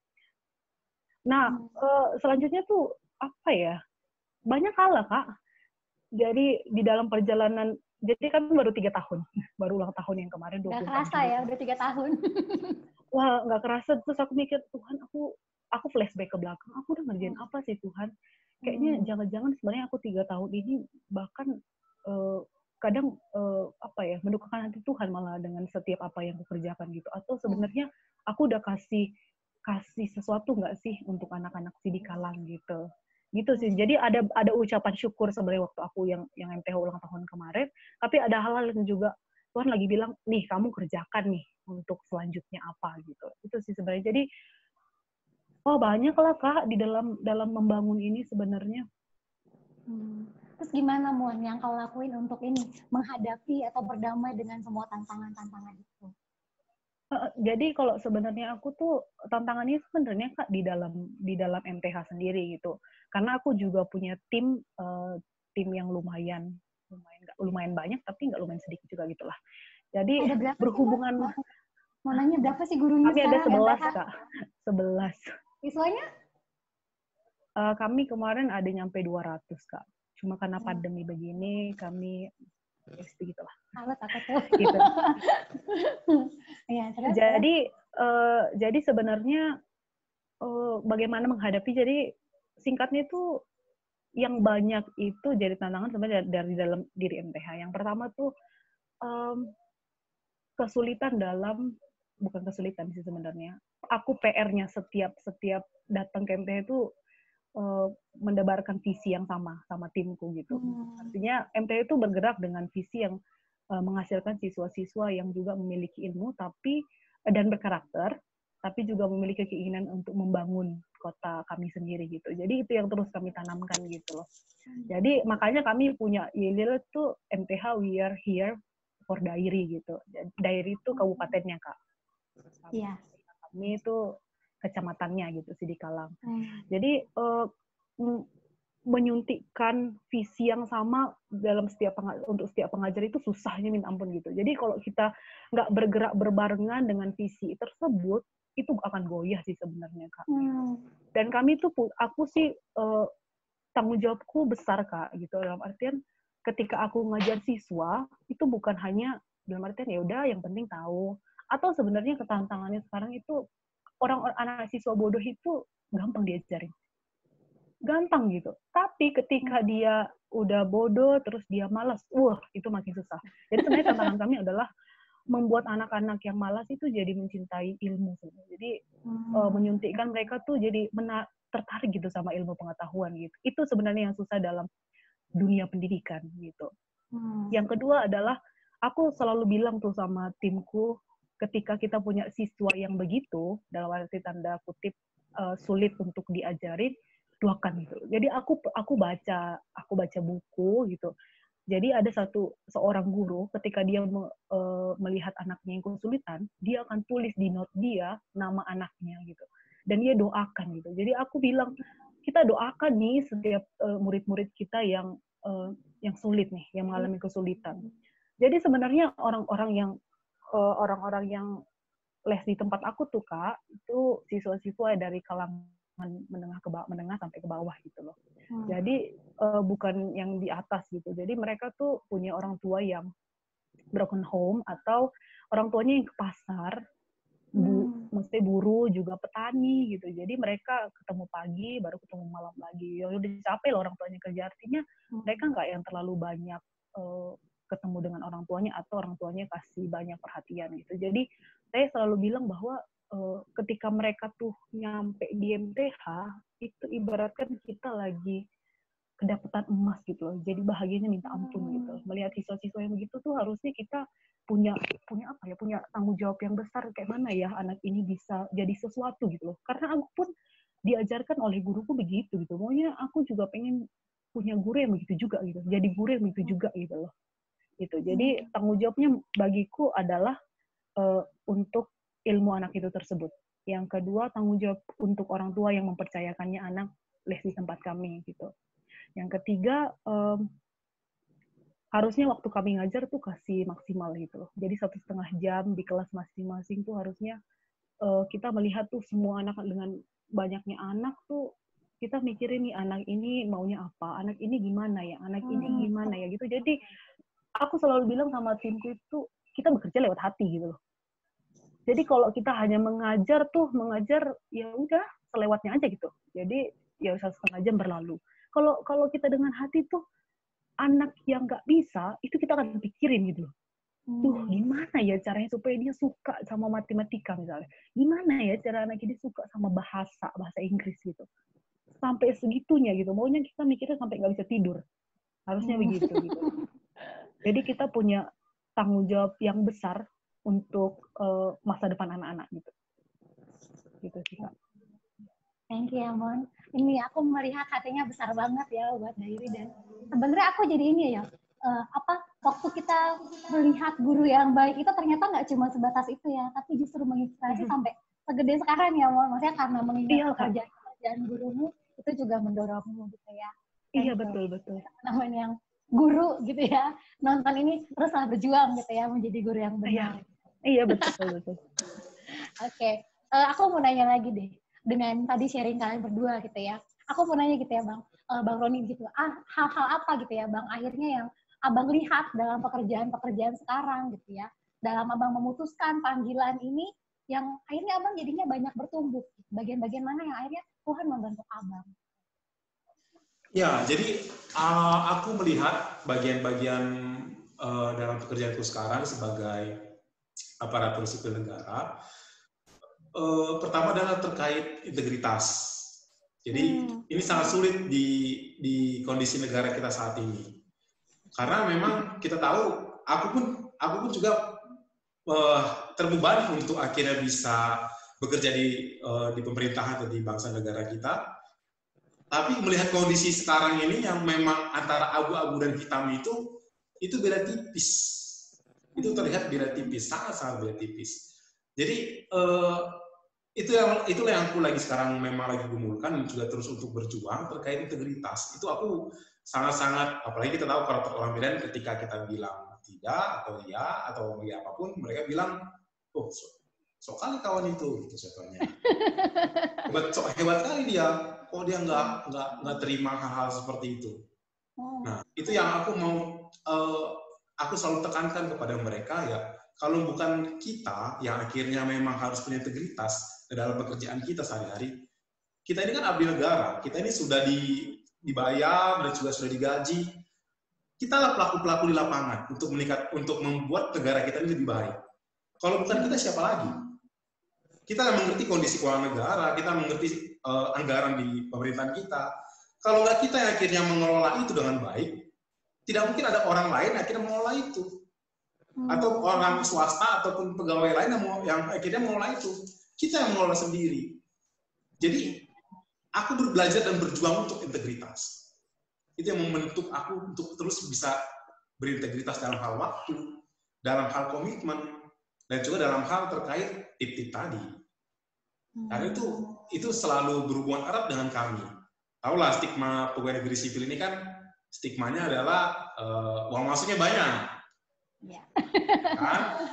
Nah, uh, selanjutnya tuh apa ya? Banyak hal lah, Kak. Jadi di dalam perjalanan, jadi kan baru tiga tahun, baru ulang tahun yang kemarin. Gak kerasa ya, udah tiga tahun. Wah, nggak kerasa. Terus aku mikir, Tuhan, aku aku flashback ke belakang. Aku udah ngerjain Hmm. apa sih, Tuhan? Kayaknya Hmm. jangan-jangan sebenarnya aku tiga tahun ini bahkan uh, kadang uh, apa ya, mendukakan hati Tuhan malah dengan setiap apa yang aku kerjakan gitu. Atau sebenarnya aku udah kasih kasih sesuatu nggak sih untuk anak-anak Sidikalang gitu. Gitu sih. Jadi ada ada ucapan syukur sebenarnya waktu aku yang yang M T H ulang tahun kemarin, tapi ada hal-hal yang juga Tuhan lagi bilang, nih kamu kerjakan nih untuk selanjutnya apa gitu. Itu sih sebenarnya. Jadi oh banyak lah Kak di dalam dalam membangun ini sebenarnya. Hmm. Terus gimana Mon yang kau lakuin untuk ini menghadapi atau berdamai dengan semua tantangan-tantangan itu? Jadi kalau sebenarnya aku tuh tantangannya sebenarnya Kak di dalam di dalam M T H sendiri gitu. Karena aku juga punya tim uh, tim yang lumayan lumayan nggak lumayan banyak tapi nggak lumayan sedikit juga gitulah. Jadi ada berapa berhubungan sih, mau, mau nanya berapa sih gurunya kami sekarang? ada sebelas Kak. sebelas. Siswanya? Uh, kami kemarin ada nyampe dua ratus Kak. Cuma karena pandemi begini kami ya begitulah. Alat aku tuh. Gitu. Ya, terus, jadi uh, jadi sebenarnya uh, bagaimana menghadapi, jadi singkatnya itu yang banyak itu jadi tantangan sebenarnya dari, dari dalam diri M T H. Yang pertama tuh um, kesulitan dalam bukan kesulitan sih sebenarnya. Aku P R-nya setiap setiap datang ke M T H itu uh, mendebarkan visi yang sama sama timku gitu. Hmm. Artinya M T H itu bergerak dengan visi yang uh, menghasilkan siswa-siswa yang juga memiliki ilmu tapi dan berkarakter, tapi juga memiliki keinginan untuk membangun kota kami sendiri gitu. Jadi itu yang terus kami tanamkan gitu loh. Jadi makanya kami punya Y L I L itu M T H We Are Here for Dairi gitu. Dairi itu kabupatennya Kak. Iya. Kami itu kecamatannya gitu Sidikalang. Hmm. Jadi uh, menyuntikkan visi yang sama dalam setiap untuk setiap pengajar itu susahnya minta ampun gitu. Jadi kalau kita nggak bergerak berbarengan dengan visi tersebut, itu akan goyah sih sebenarnya Kak. Hmm. Dan kami tuh, aku sih uh, tanggung jawabku besar Kak gitu, dalam artian ketika aku ngajar siswa itu bukan hanya dalam artian ya udah yang penting tahu, atau sebenarnya ketantangannya sekarang itu orang-orang anak siswa bodoh itu gampang diajarin. Gampang gitu. Tapi ketika dia udah bodoh, terus dia malas, wah itu makin susah. Jadi sebenarnya tantangan kami adalah membuat anak-anak yang malas itu jadi mencintai ilmu. Jadi hmm. uh, menyuntikkan mereka tuh jadi mena- tertarik gitu sama ilmu pengetahuan gitu. Itu sebenarnya yang susah dalam dunia pendidikan gitu. Hmm. Yang kedua adalah aku selalu bilang tuh sama timku, ketika kita punya siswa yang begitu, dalam arti tanda kutip uh, sulit untuk diajarin, doakan gitu. Jadi aku aku baca aku baca buku gitu. Jadi ada satu seorang guru ketika dia me, e, melihat anaknya yang kesulitan, dia akan tulis di note dia nama anaknya gitu. Dan dia doakan gitu. Jadi aku bilang kita doakan nih setiap e, murid-murid kita yang e, yang sulit nih, yang mengalami kesulitan. Jadi sebenarnya orang-orang yang uh, orang-orang yang les di tempat aku tuh Kak, itu siswa-siswa dari kalangan menengah ke bawah, menengah sampai ke bawah gitu loh. Hmm. Jadi uh, bukan yang di atas gitu. Jadi mereka tuh punya orang tua yang broken home atau orang tuanya yang ke pasar, bu, hmm. mesti buruh juga petani gitu. Jadi mereka ketemu pagi baru ketemu malam lagi. Ya udah capek loh orang tuanya kerja, artinya hmm. mereka nggak yang terlalu banyak uh, ketemu dengan orang tuanya atau orang tuanya kasih banyak perhatian gitu. Jadi saya selalu bilang bahwa uh, ketika mereka tuh nyampe di M T H itu ibaratkan kita lagi kedapatan emas gitu loh. Jadi bahagianya minta ampun hmm. gitu. Melihat siswa-siswa yang begitu tuh harusnya kita punya punya apa ya? Punya tanggung jawab yang besar kayak mana ya anak ini bisa jadi sesuatu gitu loh. Karena aku pun diajarkan oleh guruku begitu gitu. Maunya aku juga pengen punya guru yang begitu juga gitu. Jadi guru yang begitu juga gitu loh. Gitu. Jadi tanggung jawabnya bagiku adalah uh, untuk ilmu anak itu tersebut. Yang kedua, tanggung jawab untuk orang tua yang mempercayakannya anak les di tempat kami gitu. Yang ketiga, um, harusnya waktu kami ngajar tuh kasih maksimal gitu loh. Jadi satu setengah jam di kelas masing-masing tuh harusnya uh, kita melihat tuh semua anak dengan banyaknya anak tuh kita mikirin nih anak ini maunya apa, anak ini gimana ya, anak ini gimana ya gitu. Jadi aku selalu bilang sama timku itu kita bekerja lewat hati gitu loh. Jadi kalau kita hanya mengajar tuh mengajar ya udah selewatnya aja gitu. Jadi ya satu setengah jam berlalu. Kalau kalau kita dengan hati tuh anak yang nggak bisa itu kita akan pikirin gitu loh. Tuh gimana ya caranya supaya dia suka sama matematika misalnya. Gimana ya cara anak ini suka sama bahasa bahasa Inggris gitu. Sampai segitunya gitu. Maunya kita mikirnya sampai nggak bisa tidur. Harusnya hmm. begitu gitu. Jadi kita punya tanggung jawab yang besar untuk uh, masa depan anak-anak gitu. Gitu sih Kak. Thank you ya Mon. Ini aku melihat hatinya besar banget ya buat Dairi, dan sebenarnya aku jadi ini ya uh, apa waktu kita melihat guru yang baik itu ternyata nggak cuma sebatas itu ya, tapi justru menginspirasi mm-hmm. sampai segede sekarang ya Mon. Maksudnya karena mengingat iya, pekerjaan gurumu itu juga mendorongmu gitu ya. Iya betul betul. Teman yang guru gitu ya, nonton ini teruslah berjuang gitu ya menjadi guru yang benar. Iya, iya betul betul. Oke, okay. uh, aku mau nanya lagi deh dengan tadi sharing kalian berdua gitu ya. Aku mau nanya gitu ya Bang, uh, Bang Roni gitu. Ah, hal-hal apa gitu ya Bang akhirnya yang Abang lihat dalam pekerjaan-pekerjaan sekarang gitu ya, dalam Abang memutuskan panggilan ini yang akhirnya Abang jadinya banyak bertumbuh. Bagian-bagian mana yang akhirnya Tuhan membantu Abang? Ya, jadi uh, aku melihat bagian-bagian uh, dalam pekerjaanku sekarang sebagai aparatur sipil negara. Uh, pertama adalah terkait integritas. Jadi hmm. ini sangat sulit di, di kondisi negara kita saat ini. Karena memang kita tahu, aku pun aku pun juga uh, terbebani untuk akhirnya bisa bekerja di uh, di pemerintahan atau di bangsa negara kita. Tapi melihat kondisi sekarang ini yang memang antara abu-abu dan hitam itu, itu beda tipis. Itu terlihat beda tipis, sangat-sangat beda tipis. Jadi eh, itu yang itulah yang aku lagi sekarang memang lagi gumulkan dan juga terus untuk berjuang terkait integritas. Itu aku sangat-sangat, apalagi kita tahu karakter orang Medan ketika kita bilang tidak atau ya atau ya apapun, mereka bilang, oh so, sok kali kawan itu, gitu contohnya. Hebat, sok hebat kali dia. Oh dia nggak nggak nggak terima hal-hal seperti itu. Nah itu yang aku mau uh, aku selalu tekankan kepada mereka ya, kalau bukan kita yang akhirnya memang harus punya integritas dalam pekerjaan kita sehari-hari, kita ini kan abdi negara, kita ini sudah di, dibayar dan juga sudah digaji, kita lah pelaku-pelaku di lapangan untuk meningkat untuk membuat negara kita ini lebih baik. Kalau bukan kita siapa lagi? Kita mengerti kondisi keuangan negara, kita mengerti uh, anggaran di pemerintahan kita. Kalau nggak kita yang akhirnya mengelola itu dengan baik, tidak mungkin ada orang lain yang akhirnya mengelola itu. Atau orang swasta ataupun pegawai lain yang, mau, yang akhirnya mengelola itu. Kita yang mengelola sendiri. Jadi, aku belajar dan berjuang untuk integritas. Itu yang membentuk aku untuk terus bisa berintegritas dalam hal waktu, dalam hal komitmen, dan juga dalam hal terkait tip-tip tadi. Karena itu itu selalu berhubungan erat dengan kami. Tahulah stigma pegawai negeri sipil ini kan stigmanya adalah uh, uang masuknya banyak. Ya. Kan?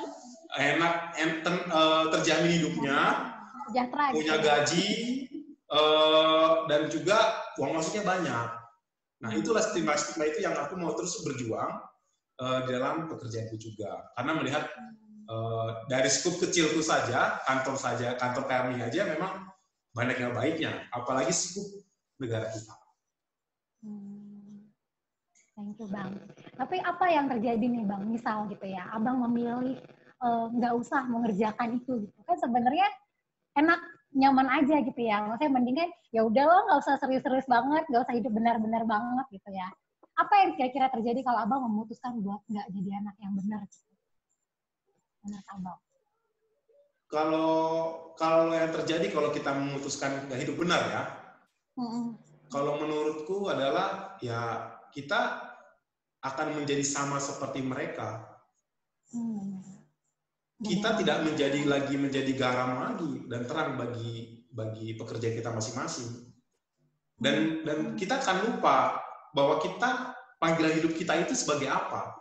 enak, enten, uh, terjamin hidupnya, sejahtera, punya gitu. gaji, uh, dan juga uang masuknya banyak. Nah, itulah stigma-stigma itu yang aku mau terus berjuang uh, dalam pekerjaanku juga. Karena melihat uh, dari skup kecilku saja, kantor saja, kantor kami aja memang banyak yang baiknya, apalagi skup negara kita. Hmm. Thank you, Bang. Tapi apa yang terjadi nih, Bang? Misal gitu ya, Abang memilih nggak uh, usah mengerjakan itu, gitu. Kan sebenarnya enak, nyaman aja gitu ya. Maksudnya mendingan ya udah lo nggak usah serius-serius banget, nggak usah hidup benar-benar banget gitu ya. Apa yang kira-kira terjadi kalau Abang memutuskan buat nggak jadi anak yang benar? Menurut Abang? Kalau kalau yang terjadi kalau kita memutuskan nggak hidup benar ya, mm-hmm. Kalau menurutku adalah ya kita akan menjadi sama seperti mereka. Hmm. Kita tidak menjadi lagi menjadi garam lagi dan terang bagi bagi pekerjaan kita masing-masing. Dan dan kita akan lupa bahwa kita panggilan hidup kita itu sebagai apa.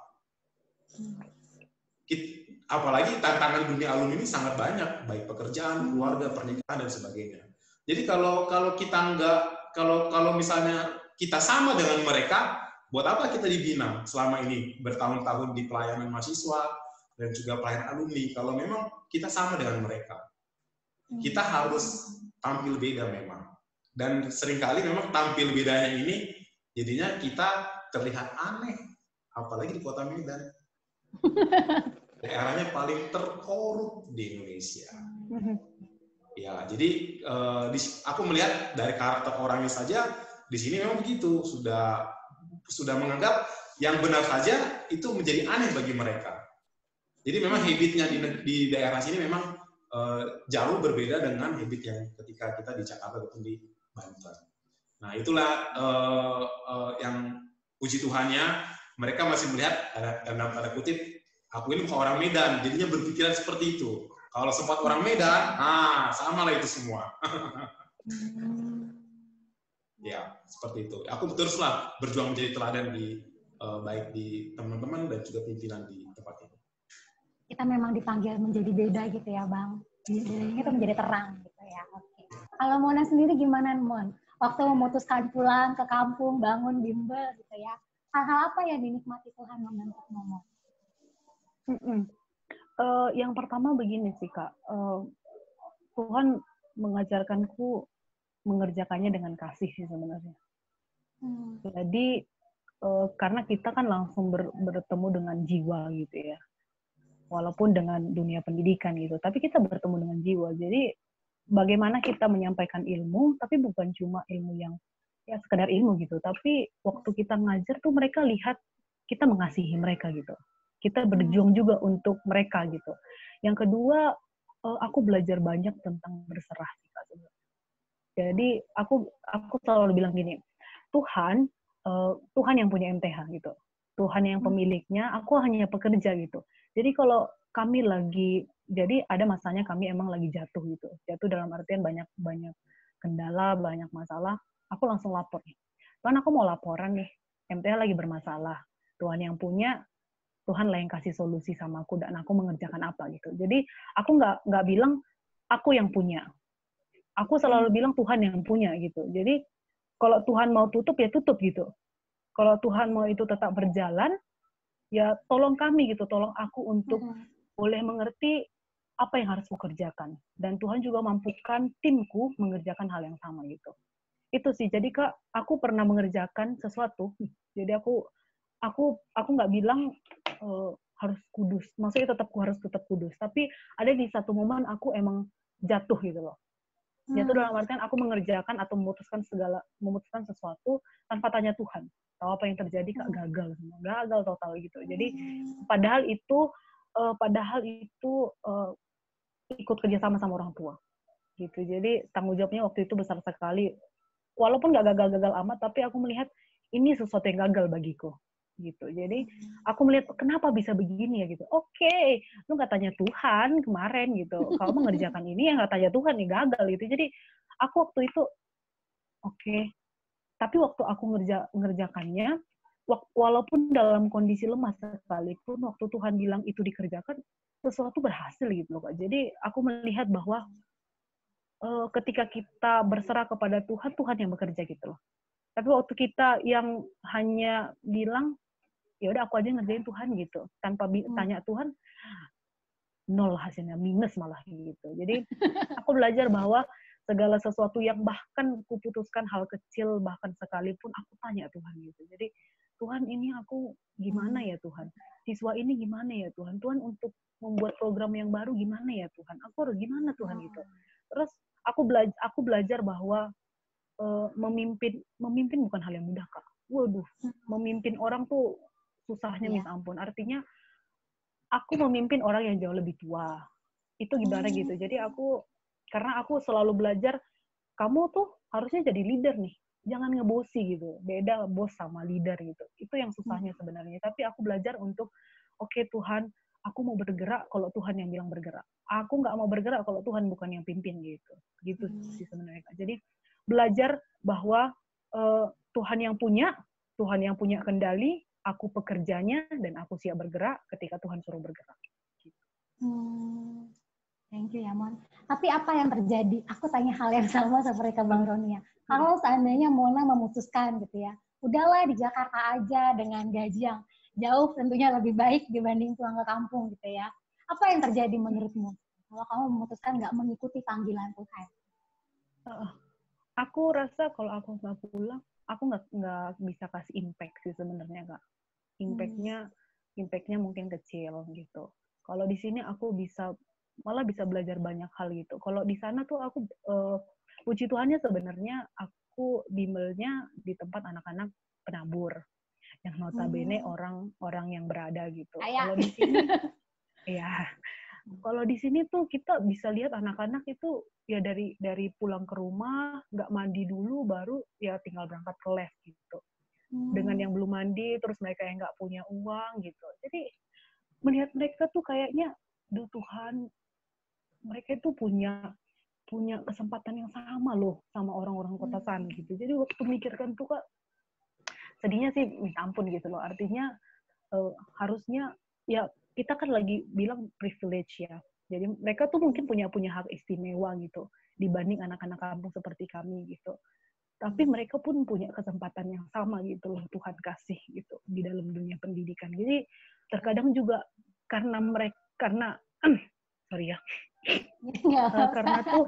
Kita, apalagi tantangan dunia alumni ini sangat banyak, baik pekerjaan, keluarga, pernikahan dan sebagainya. Jadi kalau kalau kita nggak kalau kalau misalnya kita sama dengan mereka, buat apa kita dibina selama ini bertahun-tahun di pelayanan mahasiswa dan juga pelayanan alumni? Kalau memang kita sama dengan mereka, kita harus tampil beda memang. Dan seringkali memang tampil bedanya ini jadinya kita terlihat aneh, apalagi di Kota Medan. Daerahnya paling terkorup di Indonesia. Ya, jadi eh, di, aku melihat dari karakter orangnya saja di sini memang begitu, sudah sudah menganggap yang benar saja itu menjadi aneh bagi mereka. Jadi memang habitnya di, di daerah sini memang eh, jauh berbeda dengan habit yang ketika kita di Jakarta ataupun di Banten. Nah, itulah eh, eh, yang puji Tuhannya mereka masih melihat dalam tanda kutip, aku ini bukan orang Medan, jadinya berpikiran seperti itu. Kalau sempat orang Medan, nah sama lah itu semua. Ya, seperti itu. Aku teruslah berjuang menjadi teladan di uh, baik di teman-teman dan juga pimpinan di tempat ini. Kita memang dipanggil menjadi beda gitu ya, Bang. Itu menjadi terang gitu ya. Oke. Kalau Mona sendiri gimana, Mon? Waktu memutuskan pulang ke kampung, bangun bimbel gitu ya. Hal-hal apa yang dinikmati Tuhan membentuk Mon? Mm-mm. Uh, yang pertama begini sih, Kak. Uh, Tuhan mengajarkanku mengerjakannya dengan kasih sih sebenarnya. Hmm. Jadi uh, karena kita kan langsung ber, bertemu dengan jiwa gitu ya. Walaupun dengan dunia pendidikan gitu, tapi kita bertemu dengan jiwa. Jadi bagaimana kita menyampaikan ilmu, tapi bukan cuma ilmu yang ya sekedar ilmu gitu, tapi waktu kita ngajar tuh mereka lihat kita mengasihi mereka gitu. Kita berjuang juga untuk mereka gitu. Yang kedua, aku belajar banyak tentang berserah sih, Kak. Jadi aku aku selalu bilang gini, Tuhan Tuhan yang punya M T H gitu. Tuhan yang pemiliknya, aku hanya pekerja gitu. Jadi kalau kami lagi, jadi ada masanya kami emang lagi jatuh gitu. Jatuh dalam artian banyak banyak kendala, banyak masalah. Aku langsung lapor nih. Tuhan, aku mau laporan nih. M T H lagi bermasalah. Tuhan yang punya, Tuhan lah yang kasih solusi sama aku dan aku mengerjakan apa gitu. Jadi aku nggak nggak bilang aku yang punya. Aku selalu bilang Tuhan yang punya gitu. Jadi kalau Tuhan mau tutup ya tutup gitu. Kalau Tuhan mau itu tetap berjalan, ya tolong kami gitu, tolong aku untuk hmm. boleh mengerti apa yang harus kukerjakan. Dan Tuhan juga mampukan timku mengerjakan hal yang sama gitu. Itu sih. Jadi Kak, aku pernah mengerjakan sesuatu. Jadi aku aku aku nggak bilang uh, harus kudus. Maksudnya tetap harus tetap kudus. Tapi ada di satu momen aku emang jatuh gitu loh. Jatuh dalam artian aku mengerjakan atau memutuskan segala memutuskan sesuatu tanpa tanya Tuhan. Tahu apa yang terjadi, Kak, gagal semua. Gagal total gitu. Jadi padahal itu uh, padahal itu uh, ikut kerjasama sama orang tua. Gitu. Jadi tanggung jawabnya waktu itu besar sekali. Walaupun nggak gagal-gagal amat, tapi aku melihat ini sesuatu yang gagal bagiku. Gitu. Jadi aku melihat kenapa bisa begini ya gitu. Oke, okay, lu nggak tanya Tuhan kemarin gitu. Kalau mengerjakan ini yang nggak tanya Tuhan nih gagal gitu. Jadi aku waktu itu oke. Okay. Tapi waktu aku ngerja ngerjakannya, walaupun dalam kondisi lemah sekalipun, waktu Tuhan bilang itu dikerjakan, sesuatu berhasil gitu loh Kak. Jadi aku melihat bahwa uh, ketika kita berserah kepada Tuhan, Tuhan yang bekerja gitu loh. Tapi waktu kita yang hanya bilang, ya udah aku aja ngerjain Tuhan gitu, tanpa bi- tanya Tuhan, nol hasilnya, minus malah gitu. Jadi aku belajar bahwa segala sesuatu yang bahkan kuputuskan hal kecil, bahkan sekalipun aku tanya Tuhan gitu. Jadi Tuhan ini aku gimana ya Tuhan? Siswa ini gimana ya Tuhan? Tuhan untuk membuat program yang baru gimana ya Tuhan? Aku harus gimana Tuhan gitu. Terus aku belajar aku belajar bahwa uh, memimpin memimpin bukan hal yang mudah Kak. Waduh, memimpin orang tuh susahnya minta ampun. Artinya aku memimpin orang yang jauh lebih tua. Itu gimana gitu. Jadi aku karena aku selalu belajar kamu tuh harusnya jadi leader nih. Jangan ngebosi gitu. Beda bos sama leader gitu. Itu yang susahnya sebenarnya. Tapi aku belajar untuk, oke okay, Tuhan, aku mau bergerak kalau Tuhan yang bilang bergerak. Aku nggak mau bergerak kalau Tuhan bukan yang pimpin gitu. Gitu sih sebenarnya. Jadi belajar bahwa uh, Tuhan yang punya, Tuhan yang punya kendali, aku pekerjanya, dan aku siap bergerak ketika Tuhan suruh bergerak. Gitu. Hmm. Thank you ya, Mon. Tapi apa yang terjadi? Aku tanya hal yang sama seperti ke Bang Roni ya. Kalau seandainya Mona memutuskan gitu ya, udahlah di Jakarta aja dengan gaji yang jauh tentunya lebih baik dibanding pulang ke kampung gitu ya. Apa yang terjadi menurutmu? Kalau kamu memutuskan nggak mengikuti panggilan Tuhan? Uh, aku rasa kalau aku nggak pulang, aku nggak nggak bisa kasih impact sih sebenarnya Kak. Impactnya, hmm. impactnya mungkin kecil gitu. Kalau di sini aku bisa malah bisa belajar banyak hal gitu. Kalau di sana tuh aku uh, puji Tuhannya sebenarnya aku bimbelnya di tempat anak-anak penabur yang notabene hmm. orang-orang yang berada gitu. Kalau di sini ya kalau di sini tuh kita bisa lihat anak-anak itu ya dari dari pulang ke rumah nggak mandi dulu baru ya tinggal berangkat ke les gitu. Hmm. Dengan yang belum mandi terus mereka yang nggak punya uang gitu. Jadi melihat mereka tuh kayaknya duh Tuhan, mereka itu punya punya kesempatan yang sama loh sama orang-orang kota sana gitu. Jadi waktu mikirkan tuh Kak, sedihnya sih minta ampun gitu loh. Artinya uh, harusnya ya kita kan lagi bilang privilege ya. Jadi mereka tuh mungkin punya punya hak istimewa gitu dibanding anak-anak kampung seperti kami gitu. Tapi mereka pun punya kesempatan yang sama gitu loh Tuhan kasih gitu di dalam dunia pendidikan. Jadi terkadang juga karena mereka karena sorry ya. uh, karena tuh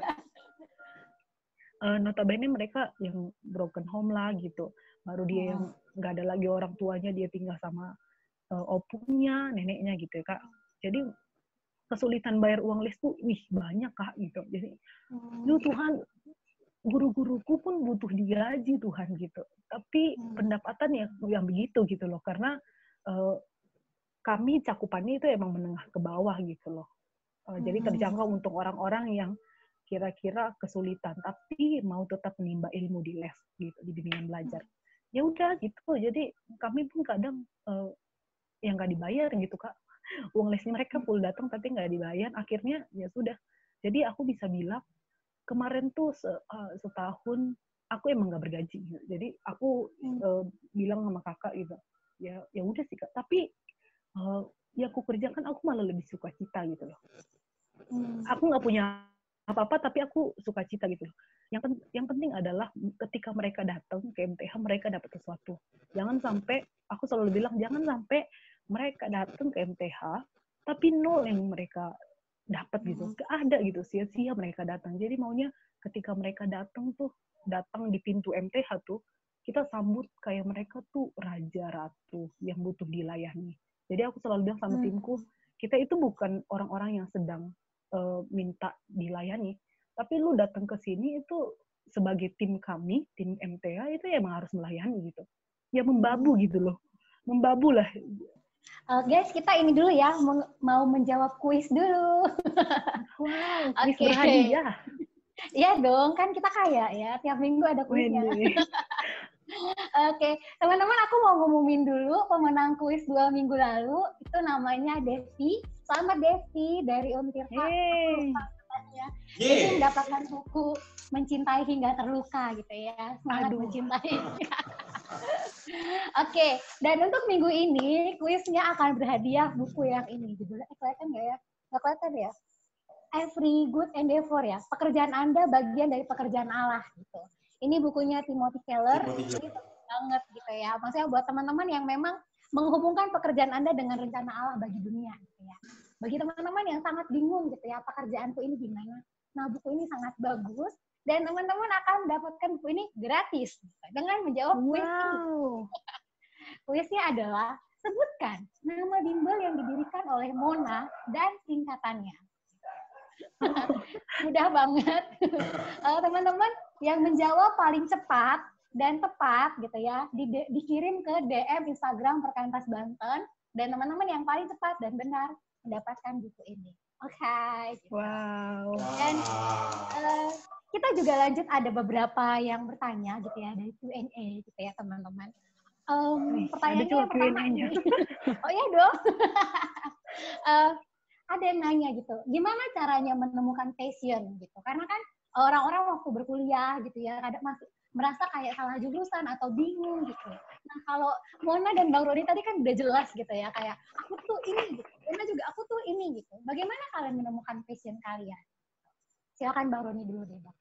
uh, notabene mereka yang broken home lah gitu, baru dia yang nggak ada lagi orang tuanya, dia tinggal sama uh, opungnya, neneknya gitu ya Kak. Jadi kesulitan bayar uang les tuh wih banyak Kak gitu. Jadi lu Tuhan, guru-guruku pun butuh digaji Tuhan gitu, tapi pendapatan ya yang begitu gitu loh, karena uh, kami cakupannya itu emang menengah ke bawah gitu loh. Uh, hmm. Jadi terjangkau untuk orang-orang yang kira-kira kesulitan, tapi mau tetap menimba ilmu di les gitu, di bimbingan belajar. Ya udah gitu. Jadi kami pun kadang uh, yang nggak dibayar gitu Kak. Uang lesnya mereka full datang tapi nggak dibayar. Akhirnya ya sudah. Jadi aku bisa bilang kemarin tuh se, uh, setahun aku emang nggak bergaji. Gitu. Jadi aku uh, bilang sama kakak gitu, ya ya udah sih Kak. Tapi uh, ya aku kerjakan aku malah lebih suka cita gitu loh. Hmm. Aku nggak punya apa-apa tapi aku suka cita gitu loh. Yang, pen- yang penting adalah ketika mereka datang ke M T H mereka dapat sesuatu. Jangan sampai, aku selalu bilang jangan sampai mereka datang ke M T H tapi nol yang mereka dapat gitu. Gak ada gitu, sia-sia mereka datang. Jadi maunya ketika mereka datang tuh, datang di pintu M T H tuh, kita sambut kayak mereka tuh raja ratu yang butuh dilayani. Jadi aku selalu bilang sama timku, kita itu bukan orang-orang yang sedang uh, minta dilayani, tapi lu datang ke sini itu sebagai tim kami, tim M T H itu emang harus melayani gitu. Ya membabu gitu loh. Membabu lah. Uh, guys, kita ini dulu ya, mau menjawab kuis dulu. Wow, kuis okay. Berhadiah. Iya dong, kan kita kaya ya, tiap minggu ada kuisnya. Oke, okay. Teman-teman, aku mau ngumumin dulu pemenang kuis dua minggu lalu. Itu namanya Devi. Selamat Devi dari Untirta. Hey. Jadi mendapatkan buku Mencintai Hingga Terluka gitu ya. Semangat Aduh. Mencintai. Oke, okay. Dan untuk minggu ini kuisnya akan berhadiah buku yang ini. Judulnya kelihatan nggak ya? Nggak kelihatan ya? Every good endeavor ya, pekerjaan Anda bagian dari pekerjaan Allah gitu. Ini bukunya Timothy Keller, Timothy ini Keller. penting banget gitu ya. Maksudnya buat teman-teman yang memang menghubungkan pekerjaan Anda dengan rencana Allah bagi dunia gitu ya. Bagi teman-teman yang sangat bingung gitu ya, pekerjaanku ini gimana? Nah, buku ini sangat bagus dan teman-teman akan mendapatkan buku ini gratis gitu, dengan menjawab kuis ini. Wow. Kuisnya adalah sebutkan nama bimbel yang didirikan oleh Mona dan singkatannya. Mudah banget. Uh, teman-teman yang menjawab paling cepat dan tepat gitu ya, di, dikirim ke D M Instagram Perkantas Banten, dan teman-teman yang paling cepat dan benar mendapatkan buku ini. Oke. Okay, gitu. Wow. Dan uh, kita juga lanjut, ada beberapa yang bertanya gitu ya dari Q and A gitu ya teman-teman. Um, pertanyaannya yang pertama ini. Oh iya dong. uh, ada yang nanya gitu, gimana caranya menemukan passion gitu? Karena kan orang-orang waktu berkuliah gitu ya, kadang masih merasa kayak salah jurusan atau bingung gitu. Nah kalau Mona dan Bang Roni tadi kan udah jelas gitu ya, kayak aku tuh ini gitu, Mona juga aku tuh ini gitu. Bagaimana kalian menemukan passion kalian? Silakan Bang Roni dulu deh, Bang.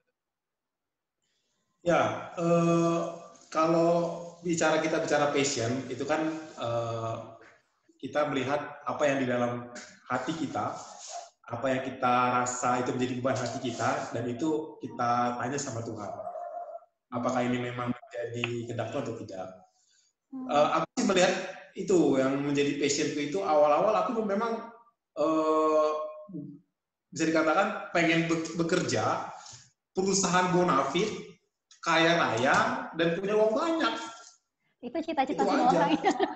Ya, eh, kalau bicara kita bicara passion itu kan eh, kita melihat apa yang di dalam hati kita, apa yang kita rasa itu menjadi beban hati kita, dan itu kita tanya sama Tuhan. Apakah ini memang menjadi kehendak Tuhan atau tidak? Hmm. Uh, aku sih melihat itu yang menjadi passionku itu awal-awal aku memang uh, bisa dikatakan pengen bekerja, perusahaan bonafit, kaya raya, dan punya uang banyak. Itu cita-cita semua orang.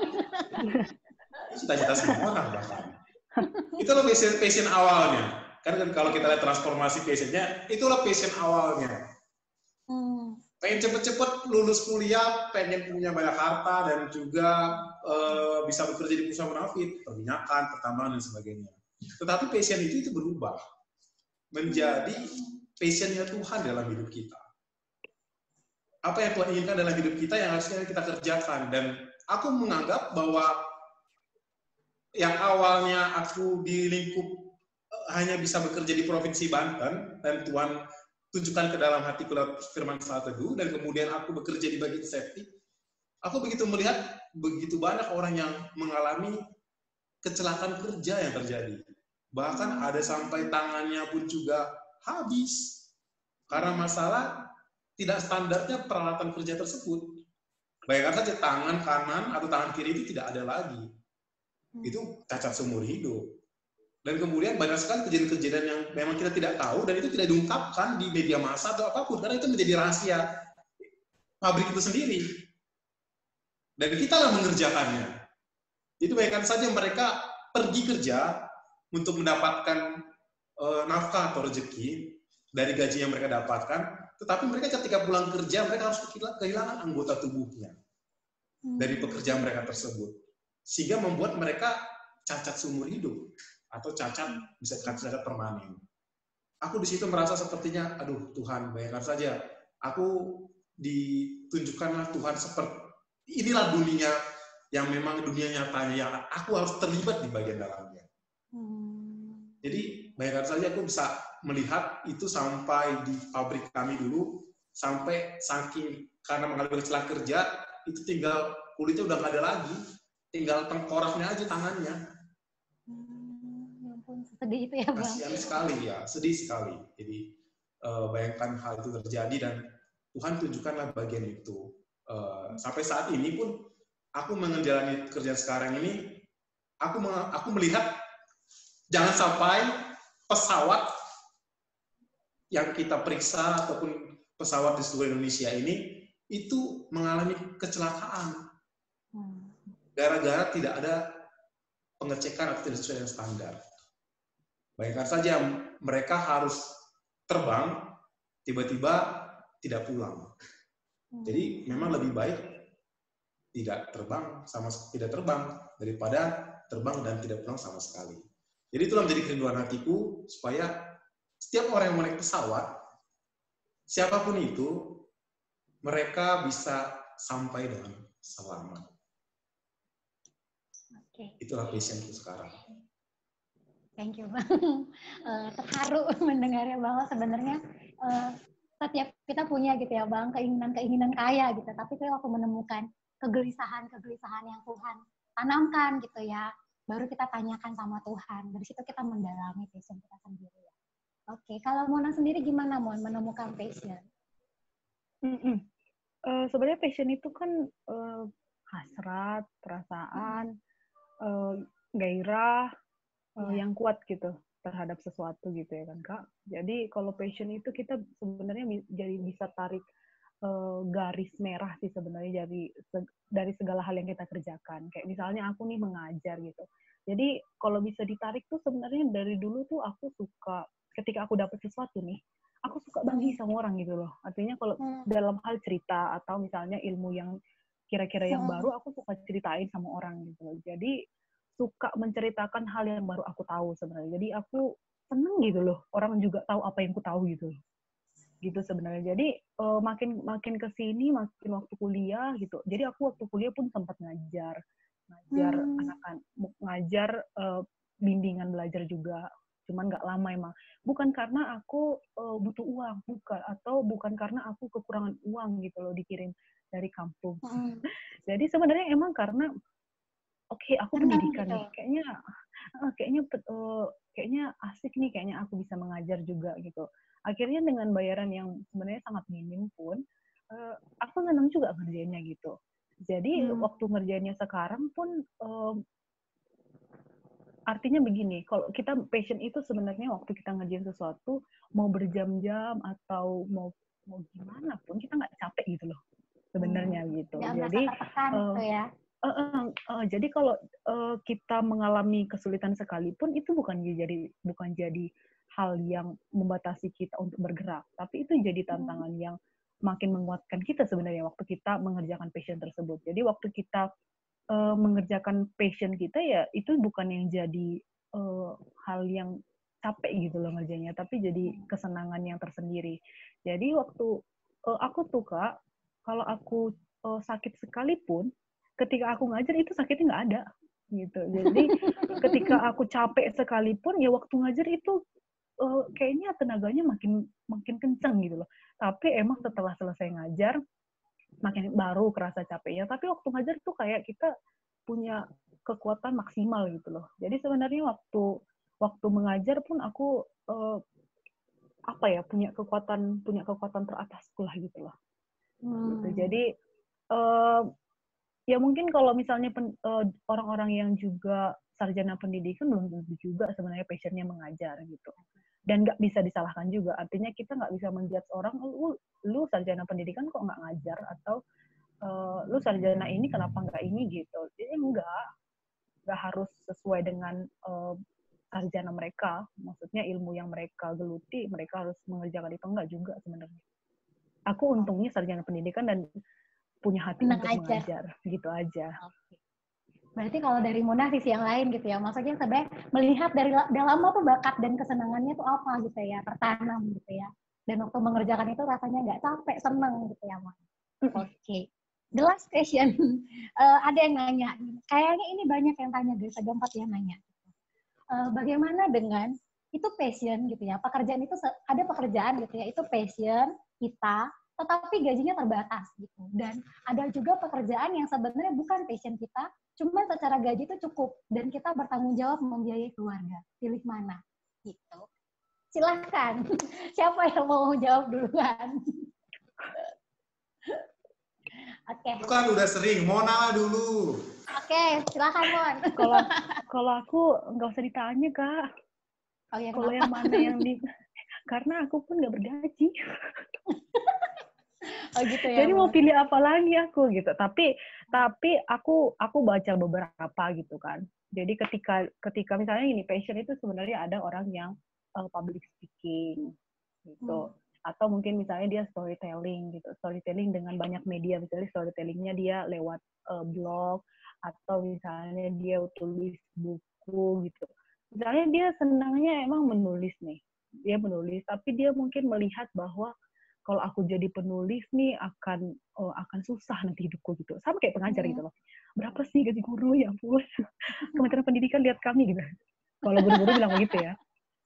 Cita-cita semua orang bahkan. Itulah passion, passion awalnya. Karena kalau kita lihat transformasi passionnya, itulah passion awalnya. Hmm. Pengen cepet-cepet lulus kuliah, pengen punya banyak harta, dan juga e, bisa bekerja di perusahaan bonafit, perminyakan, pertambangan, dan sebagainya. Tetapi passion itu, itu berubah menjadi passionnya Tuhan dalam hidup kita. Apa yang Tuhan inginkan dalam hidup kita yang harusnya kita kerjakan. Dan aku menganggap bahwa yang awalnya aku di lingkup hanya bisa bekerja di Provinsi Banten, dan Tuhan tunjukkan ke dalam hatiku lewat firman saat teduh, dan kemudian aku bekerja di bagian safety, aku begitu melihat begitu banyak orang yang mengalami kecelakaan kerja yang terjadi. Bahkan ada sampai tangannya pun juga habis. Karena masalah tidak standarnya peralatan kerja tersebut. Bayangkan saja tangan kanan atau tangan kiri itu tidak ada lagi. Itu cacat seumur hidup. Dan kemudian banyak sekali kejadian-kejadian yang memang kita tidak tahu, dan itu tidak diungkapkan di media massa atau apapun, karena itu menjadi rahasia pabrik itu sendiri. Dan kita lah mengerjakannya. Jadi bayangkan saja mereka pergi kerja untuk mendapatkan e, nafkah atau rezeki dari gaji yang mereka dapatkan, tetapi mereka ketika pulang kerja, mereka harus kehilangan anggota tubuhnya dari pekerjaan mereka tersebut. Sehingga membuat mereka cacat seumur hidup atau cacat bisa cacat permanen. Aku di situ merasa sepertinya, aduh Tuhan, bayangkan saja, aku ditunjukkanlah Tuhan seperti inilah dunia yang memang dunia nyatanya yang aku harus terlibat di bagian dalamnya. Hmm. Jadi bayangkan saja aku bisa melihat itu sampai di pabrik kami dulu, sampai saking karena mengalami kecelakaan kerja itu tinggal kulitnya udah nggak ada lagi. Tinggal tengkoraknya aja tangannya. Hmm, sedih itu ya, Bang. Kasihan sekali ya, sedih sekali. Jadi uh, bayangkan hal itu terjadi, dan Tuhan tunjukkanlah bagian itu. Uh, sampai saat ini pun aku menjalani kerjaan sekarang ini, aku aku melihat jangan sampai pesawat yang kita periksa ataupun pesawat di seluruh Indonesia ini itu mengalami kecelakaan. Hmm. Gara-gara tidak ada pengecekan atau tidak sesuai dengan standar. Bayangkan saja mereka harus terbang, tiba-tiba tidak pulang. Jadi memang lebih baik tidak terbang sama tidak terbang daripada terbang dan tidak pulang sama sekali. Jadi itulah menjadi kerinduan hatiku supaya setiap orang yang naik pesawat, siapapun itu, mereka bisa sampai dengan selamat. Okay. Itulah passionku sekarang. Thank you Bang. Uh, terharu mendengarnya bahwa sebenarnya uh, setiap kita punya gitu ya Bang, keinginan-keinginan kaya gitu. Tapi kita waktu menemukan kegelisahan-kegelisahan yang Tuhan tanamkan gitu ya, baru kita tanyakan sama Tuhan. Dari situ kita mendalami passion kita sendiri ya. Oke, kalau Mona sendiri gimana Mon menemukan passion? Mm-mm. Uh, sebenarnya passion itu kan uh, hasrat, perasaan, uh, gairah uh, Ya. yang kuat gitu terhadap sesuatu gitu ya kan Kak. Jadi kalau passion itu kita sebenarnya bi- jadi bisa tarik uh, garis merah sih sebenarnya dari se- dari segala hal yang kita kerjakan. Kayak misalnya aku nih mengajar gitu. Jadi kalau bisa ditarik tuh sebenarnya dari dulu tuh aku suka ketika aku dapat sesuatu nih, aku suka bagi sama orang gitu loh. Artinya kalau dalam hal cerita atau misalnya ilmu yang kira-kira yang baru, aku suka ceritain sama orang gitu loh. Jadi suka menceritakan hal yang baru aku tahu sebenarnya. Jadi aku seneng gitu loh, orang juga tahu apa yang aku tahu gitu. Gitu sebenarnya. Jadi uh, makin makin ke sini makin waktu kuliah gitu. Jadi aku waktu kuliah pun sempat ngajar, ngajar Hmm. anak-anak, ngajar uh, bimbingan belajar juga. Cuman nggak lama emang. Bukan karena aku uh, butuh uang, bukan, atau bukan karena aku kekurangan uang gitu loh dikirim dari kampung. Hmm. Jadi sebenarnya emang karena oke okay, aku Senang pendidikan gitu. nih, kayaknya uh, kayaknya uh, kayaknya asik nih, kayaknya aku bisa mengajar juga gitu. Akhirnya dengan bayaran yang sebenarnya sangat minim pun, uh, aku senang juga ngerjainnya gitu. Jadi Hmm. waktu ngerjainnya sekarang pun, um, artinya begini, kalau kita passion itu sebenarnya waktu kita ngerjain sesuatu, mau berjam-jam atau mau mau gimana pun, kita nggak capek gitu loh, sebenarnya hmm. gitu. Nggak Jadi, tertekan uh, gitu ya. Uh, uh, uh, jadi kalau uh, kita mengalami kesulitan sekalipun itu bukan jadi bukan jadi hal yang membatasi kita untuk bergerak, tapi itu jadi tantangan hmm. yang makin menguatkan kita sebenarnya waktu kita mengerjakan passion tersebut. Jadi waktu kita uh, mengerjakan passion kita ya itu bukan yang jadi uh, hal yang capek gitu loh ngerjainnya, tapi jadi kesenangan yang tersendiri. Jadi waktu uh, aku tuh Kak, kalau aku uh, sakit sekalipun ketika aku ngajar itu sakitnya nggak ada gitu. Jadi ketika aku capek sekalipun ya waktu ngajar itu uh, kayaknya tenaganya makin makin kenceng gitu loh. Tapi emang setelah selesai ngajar makin baru kerasa capeknya. Tapi waktu ngajar tuh kayak kita punya kekuatan maksimal gitu loh. Jadi sebenarnya waktu waktu mengajar pun aku uh, apa ya punya kekuatan punya kekuatan teratasku lah gitu loh. Hmm. Gitu. Jadi uh, ya mungkin kalau misalnya pen, uh, orang-orang yang juga sarjana pendidikan belum tentu juga sebenarnya passionnya mengajar gitu. Dan nggak bisa disalahkan juga. Artinya kita nggak bisa menjudge orang, lu, lu sarjana pendidikan kok nggak ngajar, atau uh, lu sarjana ini kenapa nggak ini gitu. Jadi enggak, nggak harus sesuai dengan uh, sarjana mereka. Maksudnya ilmu yang mereka geluti, mereka harus mengerjakan itu enggak juga sebenarnya. Aku untungnya sarjana pendidikan dan punya hati Senang untuk aja. mengajar, gitu aja. Oke. Berarti kalau dari Mona sisi yang lain gitu ya, maksudnya sebenarnya melihat dari dalam apa bakat dan kesenangannya itu apa gitu ya, tertanam gitu ya. Dan waktu mengerjakan itu rasanya nggak capek, seneng gitu ya, Mona. Oke. Okay. The last question, uh, ada yang nanya, kayaknya ini banyak yang tanya guys, ada empat yang nanya. Uh, bagaimana dengan itu passion gitu ya, pekerjaan itu ada pekerjaan gitu ya, itu passion kita, tetapi gajinya terbatas gitu. Dan ada juga pekerjaan yang sebenarnya bukan passion kita, cuma secara gaji itu cukup dan kita bertanggung jawab membiayai keluarga. Pilih mana? Gitu. Silahkan. Siapa yang mau jawab duluan? Oke. Okay. Itu kan udah sering, Mona dulu. Oke, okay, silakan Mon. Kalau kalau aku nggak usah ditanya Kak. Oh, ya, kalau yang mana yang di karena aku pun nggak bergaji. Oh gitu ya. Jadi mau pilih apa lagi aku gitu. Tapi tapi aku aku baca beberapa gitu kan. Jadi ketika ketika misalnya ini passion itu sebenarnya ada orang yang uh, public speaking gitu. Hmm. Atau mungkin misalnya dia storytelling gitu. Storytelling dengan banyak media. Misalnya storytellingnya dia lewat uh, blog atau misalnya dia tulis buku gitu. Misalnya dia senangnya emang menulis nih. Dia menulis tapi dia mungkin melihat bahwa kalau aku jadi penulis nih akan oh, akan susah nanti hidupku gitu. Sama kayak pengajar gitu loh. Berapa sih gaji guru ya ampun. Kementerian Pendidikan lihat kami gitu. Kalau guru-guru bilang begitu ya.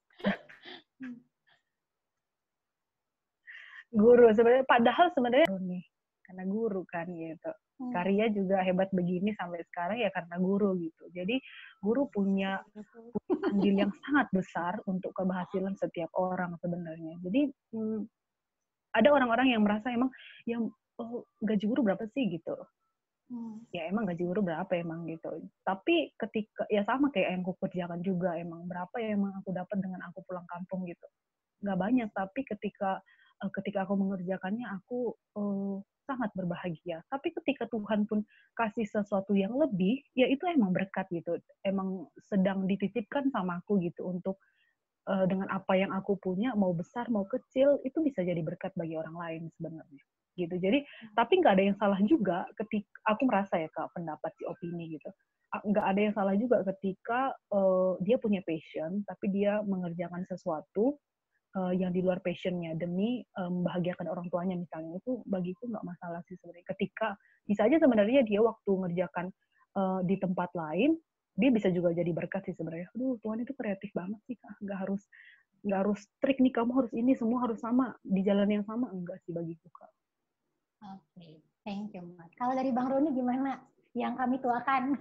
Guru sebenarnya, padahal sebenarnya nih karena guru kan gitu. Karya juga hebat begini sampai sekarang ya karena guru gitu. Jadi guru punya, punya andil yang sangat besar untuk keberhasilan setiap orang sebenarnya. Jadi hmm, ada orang-orang yang merasa emang yang oh, gaji guru berapa sih gitu. Hmm. Ya emang gaji guru berapa emang gitu. Tapi ketika ya sama kayak yang aku kerjakan juga, emang berapa ya emang aku dapat dengan aku pulang kampung gitu. Nggak banyak, tapi ketika uh, ketika aku mengerjakannya aku uh, sangat berbahagia. Tapi ketika Tuhan pun kasih sesuatu yang lebih, ya itu emang berkat gitu. Emang sedang dititipkan sama aku gitu untuk uh, dengan apa yang aku punya, mau besar mau kecil, itu bisa jadi berkat bagi orang lain sebenarnya. Gitu. Jadi tapi nggak ada yang salah juga ketika aku merasa ya Kak, pendapat di opini gitu, nggak ada yang salah juga ketika uh, dia punya passion tapi dia mengerjakan sesuatu uh, yang di luar passionnya demi uh, membahagiakan orang tuanya misalnya, itu bagiku nggak masalah sih sebenarnya. Ketika bisa aja sebenarnya dia waktu mengerjakan uh, di tempat lain dia bisa juga jadi berkat sih sebenarnya. Aduh Tuhan itu kreatif banget sih Kak, nggak harus nggak harus strict nih kamu harus ini semua harus sama di jalan yang sama, enggak sih bagiku Kak. Oke, okay. Thank you, Mat. Kalau dari Bang Roni gimana? Yang kami tuakan.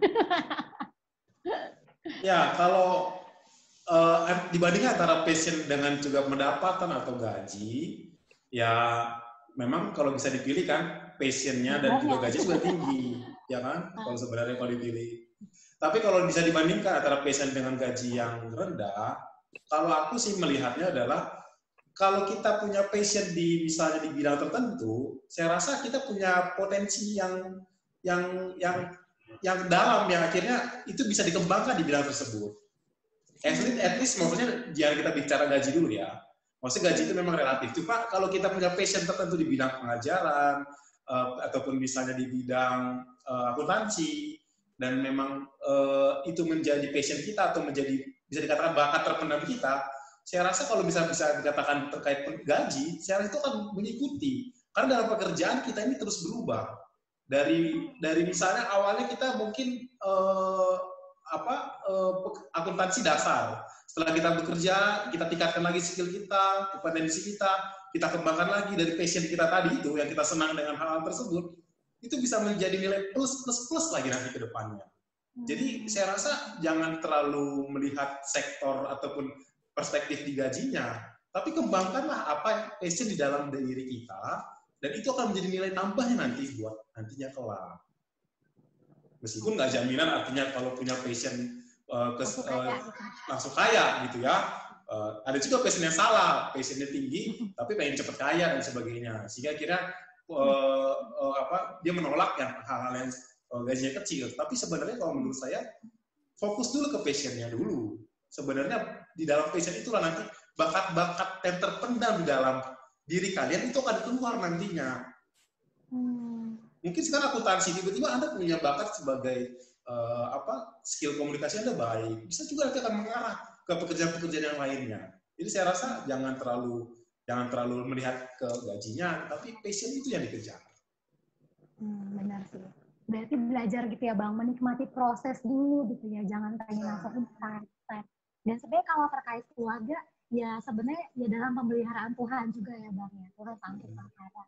Ya, kalau uh, dibandingkan antara passion dengan juga pendapatan atau gaji, ya memang kalau bisa dipilih kan passionnya dan juga gaji sudah tinggi, ya kan? Kalau sebenarnya kalau dipilih. Tapi kalau bisa dibandingkan antara passion dengan gaji yang rendah, kalau aku sih melihatnya adalah kalau kita punya passion di misalnya di bidang tertentu, saya rasa kita punya potensi yang yang yang yang dalam yang akhirnya itu bisa dikembangkan di bidang tersebut. At least, at least maksudnya jangan kita bicara gaji dulu ya. Maksudnya gaji itu memang relatif. Cuma kalau kita punya passion tertentu di bidang pengajaran uh, ataupun misalnya di bidang uh, akuntansi dan memang uh, itu menjadi passion kita atau menjadi bisa dikatakan bakat terpendam kita, saya rasa kalau bisa bisa dikatakan terkait gaji, saya rasa itu akan mengikuti. Karena dalam pekerjaan kita ini terus berubah. Dari dari misalnya awalnya kita mungkin eh, apa eh, akuntansi dasar. Setelah kita bekerja, kita tingkatkan lagi skill kita, kompetensi kita, kita kembangkan lagi dari passion kita tadi itu yang kita senang dengan hal-hal tersebut, itu bisa menjadi nilai plus plus plus lagi nanti ke depannya. Jadi saya rasa jangan terlalu melihat sektor ataupun perspektif di gajinya, tapi kembangkanlah apa passion di dalam diri kita, dan itu akan menjadi nilai tambahnya nanti buat nantinya kelak. Meskipun nggak jaminan artinya kalau punya passion uh, kes, uh, langsung kaya gitu ya. Uh, ada juga passion yang salah, passionnya tinggi tapi pengen cepet kaya dan sebagainya, sehingga kira uh, uh, apa dia menolak yang hal-hal yang uh, gajinya kecil. Tapi sebenarnya kalau menurut saya fokus dulu ke passionnya dulu. Sebenarnya di dalam passion itulah nanti bakat-bakat yang terpendam di dalam diri kalian itu akan keluar nantinya. Hmm. Mungkin sekarang akuntansi tiba-tiba Anda punya bakat sebagai uh, apa skill komunikasi Anda baik, bisa juga nanti akan mengarah ke pekerjaan-pekerjaan yang lainnya. Jadi saya rasa jangan terlalu jangan terlalu melihat ke gajinya, tapi passion itu yang dikejar. Hmm, benar sih. Berarti belajar gitu ya Bang, menikmati proses dulu gitu ya, jangan pengen langsung instan. Dan sebenarnya kalau terkait keluarga, ya sebenarnya ya dalam pemeliharaan Tuhan juga ya Bang ya, Tuhan sanggup pelihara.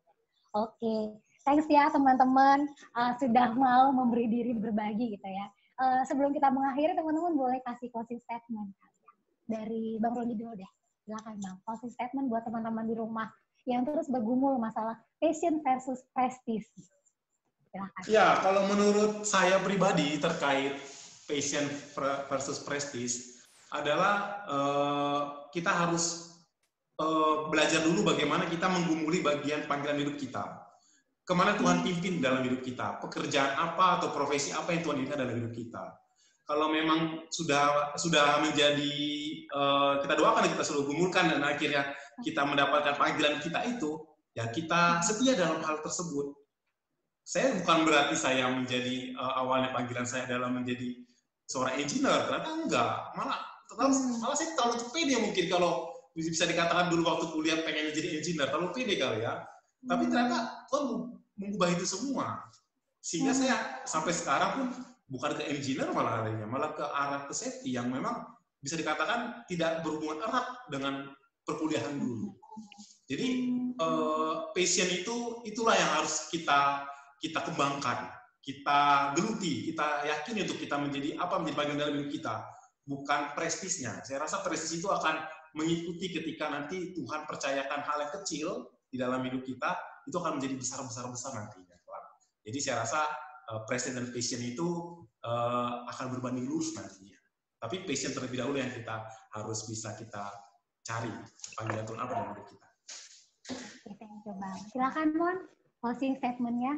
Oke, thanks ya teman-teman uh, sudah mau memberi diri berbagi gitu ya. Uh, sebelum kita mengakhiri, teman-teman boleh kasih closing statement dari Bang Roni dulu deh. Silakan Bang, closing statement buat teman-teman di rumah yang terus bergumul masalah passion versus prestige. Silakan. Ya, kalau menurut saya pribadi terkait passion versus prestige adalah uh, kita harus uh, belajar dulu bagaimana kita menggumuli bagian panggilan hidup kita. Kemana Tuhan pimpin dalam hidup kita, pekerjaan apa atau profesi apa yang Tuhan inginkan dalam hidup kita. Kalau memang sudah sudah menjadi, uh, kita doakan, kita selalu gumulkan, dan akhirnya kita mendapatkan panggilan kita itu, ya kita setia dalam hal tersebut. Saya bukan berarti saya menjadi, uh, awalnya panggilan saya adalah menjadi seorang engineer, ternyata enggak, malah Terlalu, malah saya terlalu pede mungkin kalau bisa dikatakan dulu waktu kuliah pengen jadi engineer, terlalu pede kali ya. Hmm. Tapi ternyata Tuhan mengubah itu semua. Sehingga hmm. saya sampai sekarang pun bukan ke engineer malah adanya, malah ke arah ke safety yang memang bisa dikatakan tidak berhubungan erat dengan perkuliahan dulu. Jadi uh, passion itu itulah yang harus kita kita kembangkan, kita geluti, kita yakin untuk kita menjadi apa menjadi bagian dalam hidup kita, bukan prestisnya. Saya rasa prestis itu akan mengikuti ketika nanti Tuhan percayakan hal yang kecil di dalam hidup kita, itu akan menjadi besar-besar-besar nantinya. Jadi saya rasa uh, prestige dan passion itu uh, akan berbanding lurus nantinya. Tapi passion terlebih dahulu yang kita harus bisa kita cari panggilan Tuhan apa dalam hidup kita. Oke, thank you, Bang. Silakan, Mon, closing statement-nya.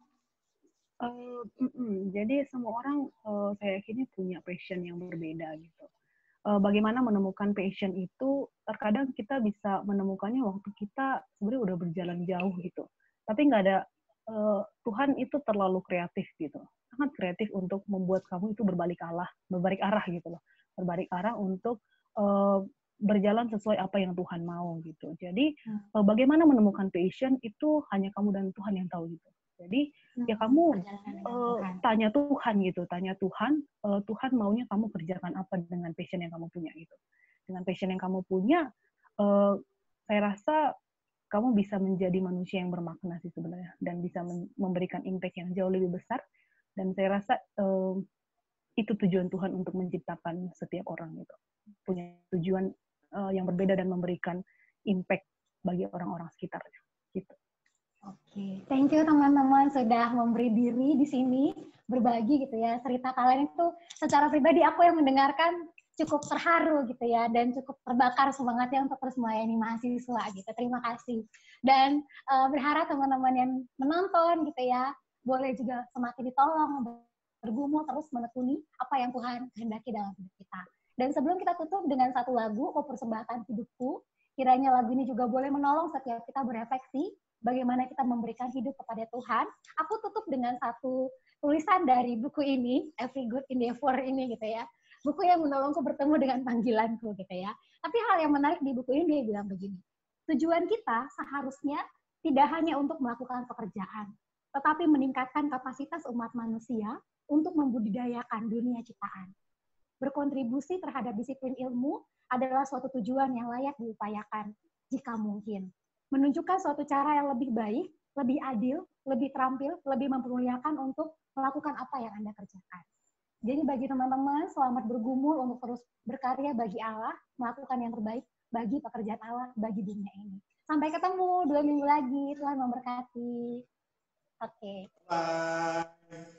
Uh, mm -mm. Jadi semua orang uh, saya yakini punya passion yang berbeda gitu. Uh, bagaimana menemukan passion itu, terkadang kita bisa menemukannya waktu kita sebenarnya udah berjalan jauh gitu. Tapi nggak ada, uh, Tuhan itu terlalu kreatif gitu. Sangat kreatif untuk membuat kamu itu berbalik arah, berbalik arah gitu loh. Berbalik arah untuk uh, berjalan sesuai apa yang Tuhan mau gitu. Jadi uh, bagaimana menemukan passion itu hanya kamu dan Tuhan yang tahu gitu. Jadi ya kamu uh, tanya Tuhan gitu, tanya Tuhan, uh, Tuhan maunya kamu kerjakan apa dengan passion yang kamu punya gitu. Dengan passion yang kamu punya, uh, saya rasa kamu bisa menjadi manusia yang bermakna sih sebenarnya, dan bisa memberikan impact yang jauh lebih besar. Dan saya rasa uh, itu tujuan Tuhan untuk menciptakan setiap orang gitu, punya tujuan uh, yang berbeda dan memberikan impact bagi orang-orang sekitar gitu. Oke, thank you teman-teman sudah memberi diri di sini, berbagi gitu ya. Cerita kalian itu secara pribadi aku yang mendengarkan cukup terharu gitu ya, dan cukup terbakar semangatnya untuk terus melayani mahasiswa gitu. Terima kasih. Dan uh, berharap teman-teman yang menonton gitu ya, boleh juga semakin ditolong, bergumul terus menekuni apa yang Tuhan kehendaki dalam hidup kita. Dan sebelum kita tutup dengan satu lagu, Kau Persembahkan Hidupku, kiranya lagu ini juga boleh menolong setiap kita berefleksi bagaimana kita memberikan hidup kepada Tuhan. Aku tutup dengan satu tulisan dari buku ini, Every Good Endeavor ini gitu ya. Buku yang menolongku bertemu dengan panggilanku gitu ya. Tapi hal yang menarik di buku ini dia bilang begini, tujuan kita seharusnya tidak hanya untuk melakukan pekerjaan, tetapi meningkatkan kapasitas umat manusia untuk membudidayakan dunia ciptaan. Berkontribusi terhadap disiplin ilmu adalah suatu tujuan yang layak diupayakan jika mungkin. Menunjukkan suatu cara yang lebih baik, lebih adil, lebih terampil, lebih mempermuliakan untuk melakukan apa yang Anda kerjakan. Jadi bagi teman-teman, selamat bergumul untuk terus berkarya bagi Allah, melakukan yang terbaik bagi pekerjaan Allah, bagi dunia ini. Sampai ketemu dua minggu lagi, Tuhan memberkati. Oke. Okay. Bye.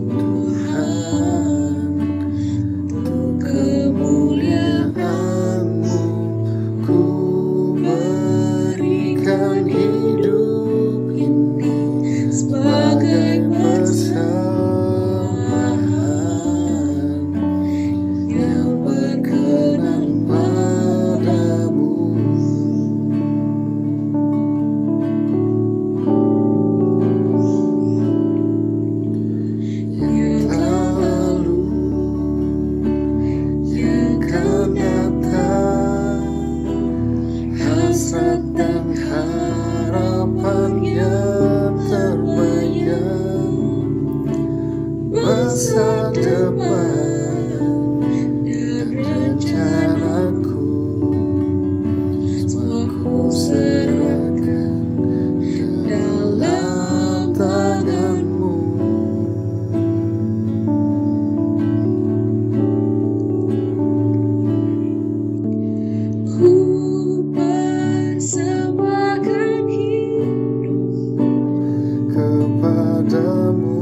Kemuliaan rencanaku, semua ku serahkan dalam tanganmu. Ku persembahkan hidup kepadamu,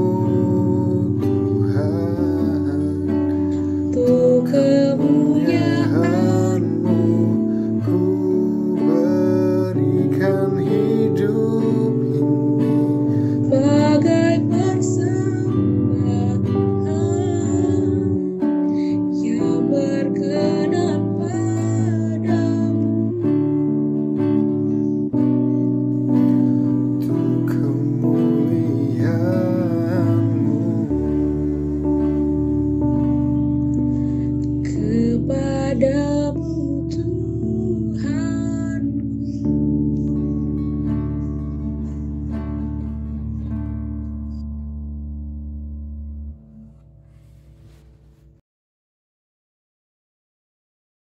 Tuhan, untuk kemuliaan-Mu. Ku berikan hidup ini bagai persembahan yang berkenan padamu, untuk kemuliaan-Mu. Kepadamu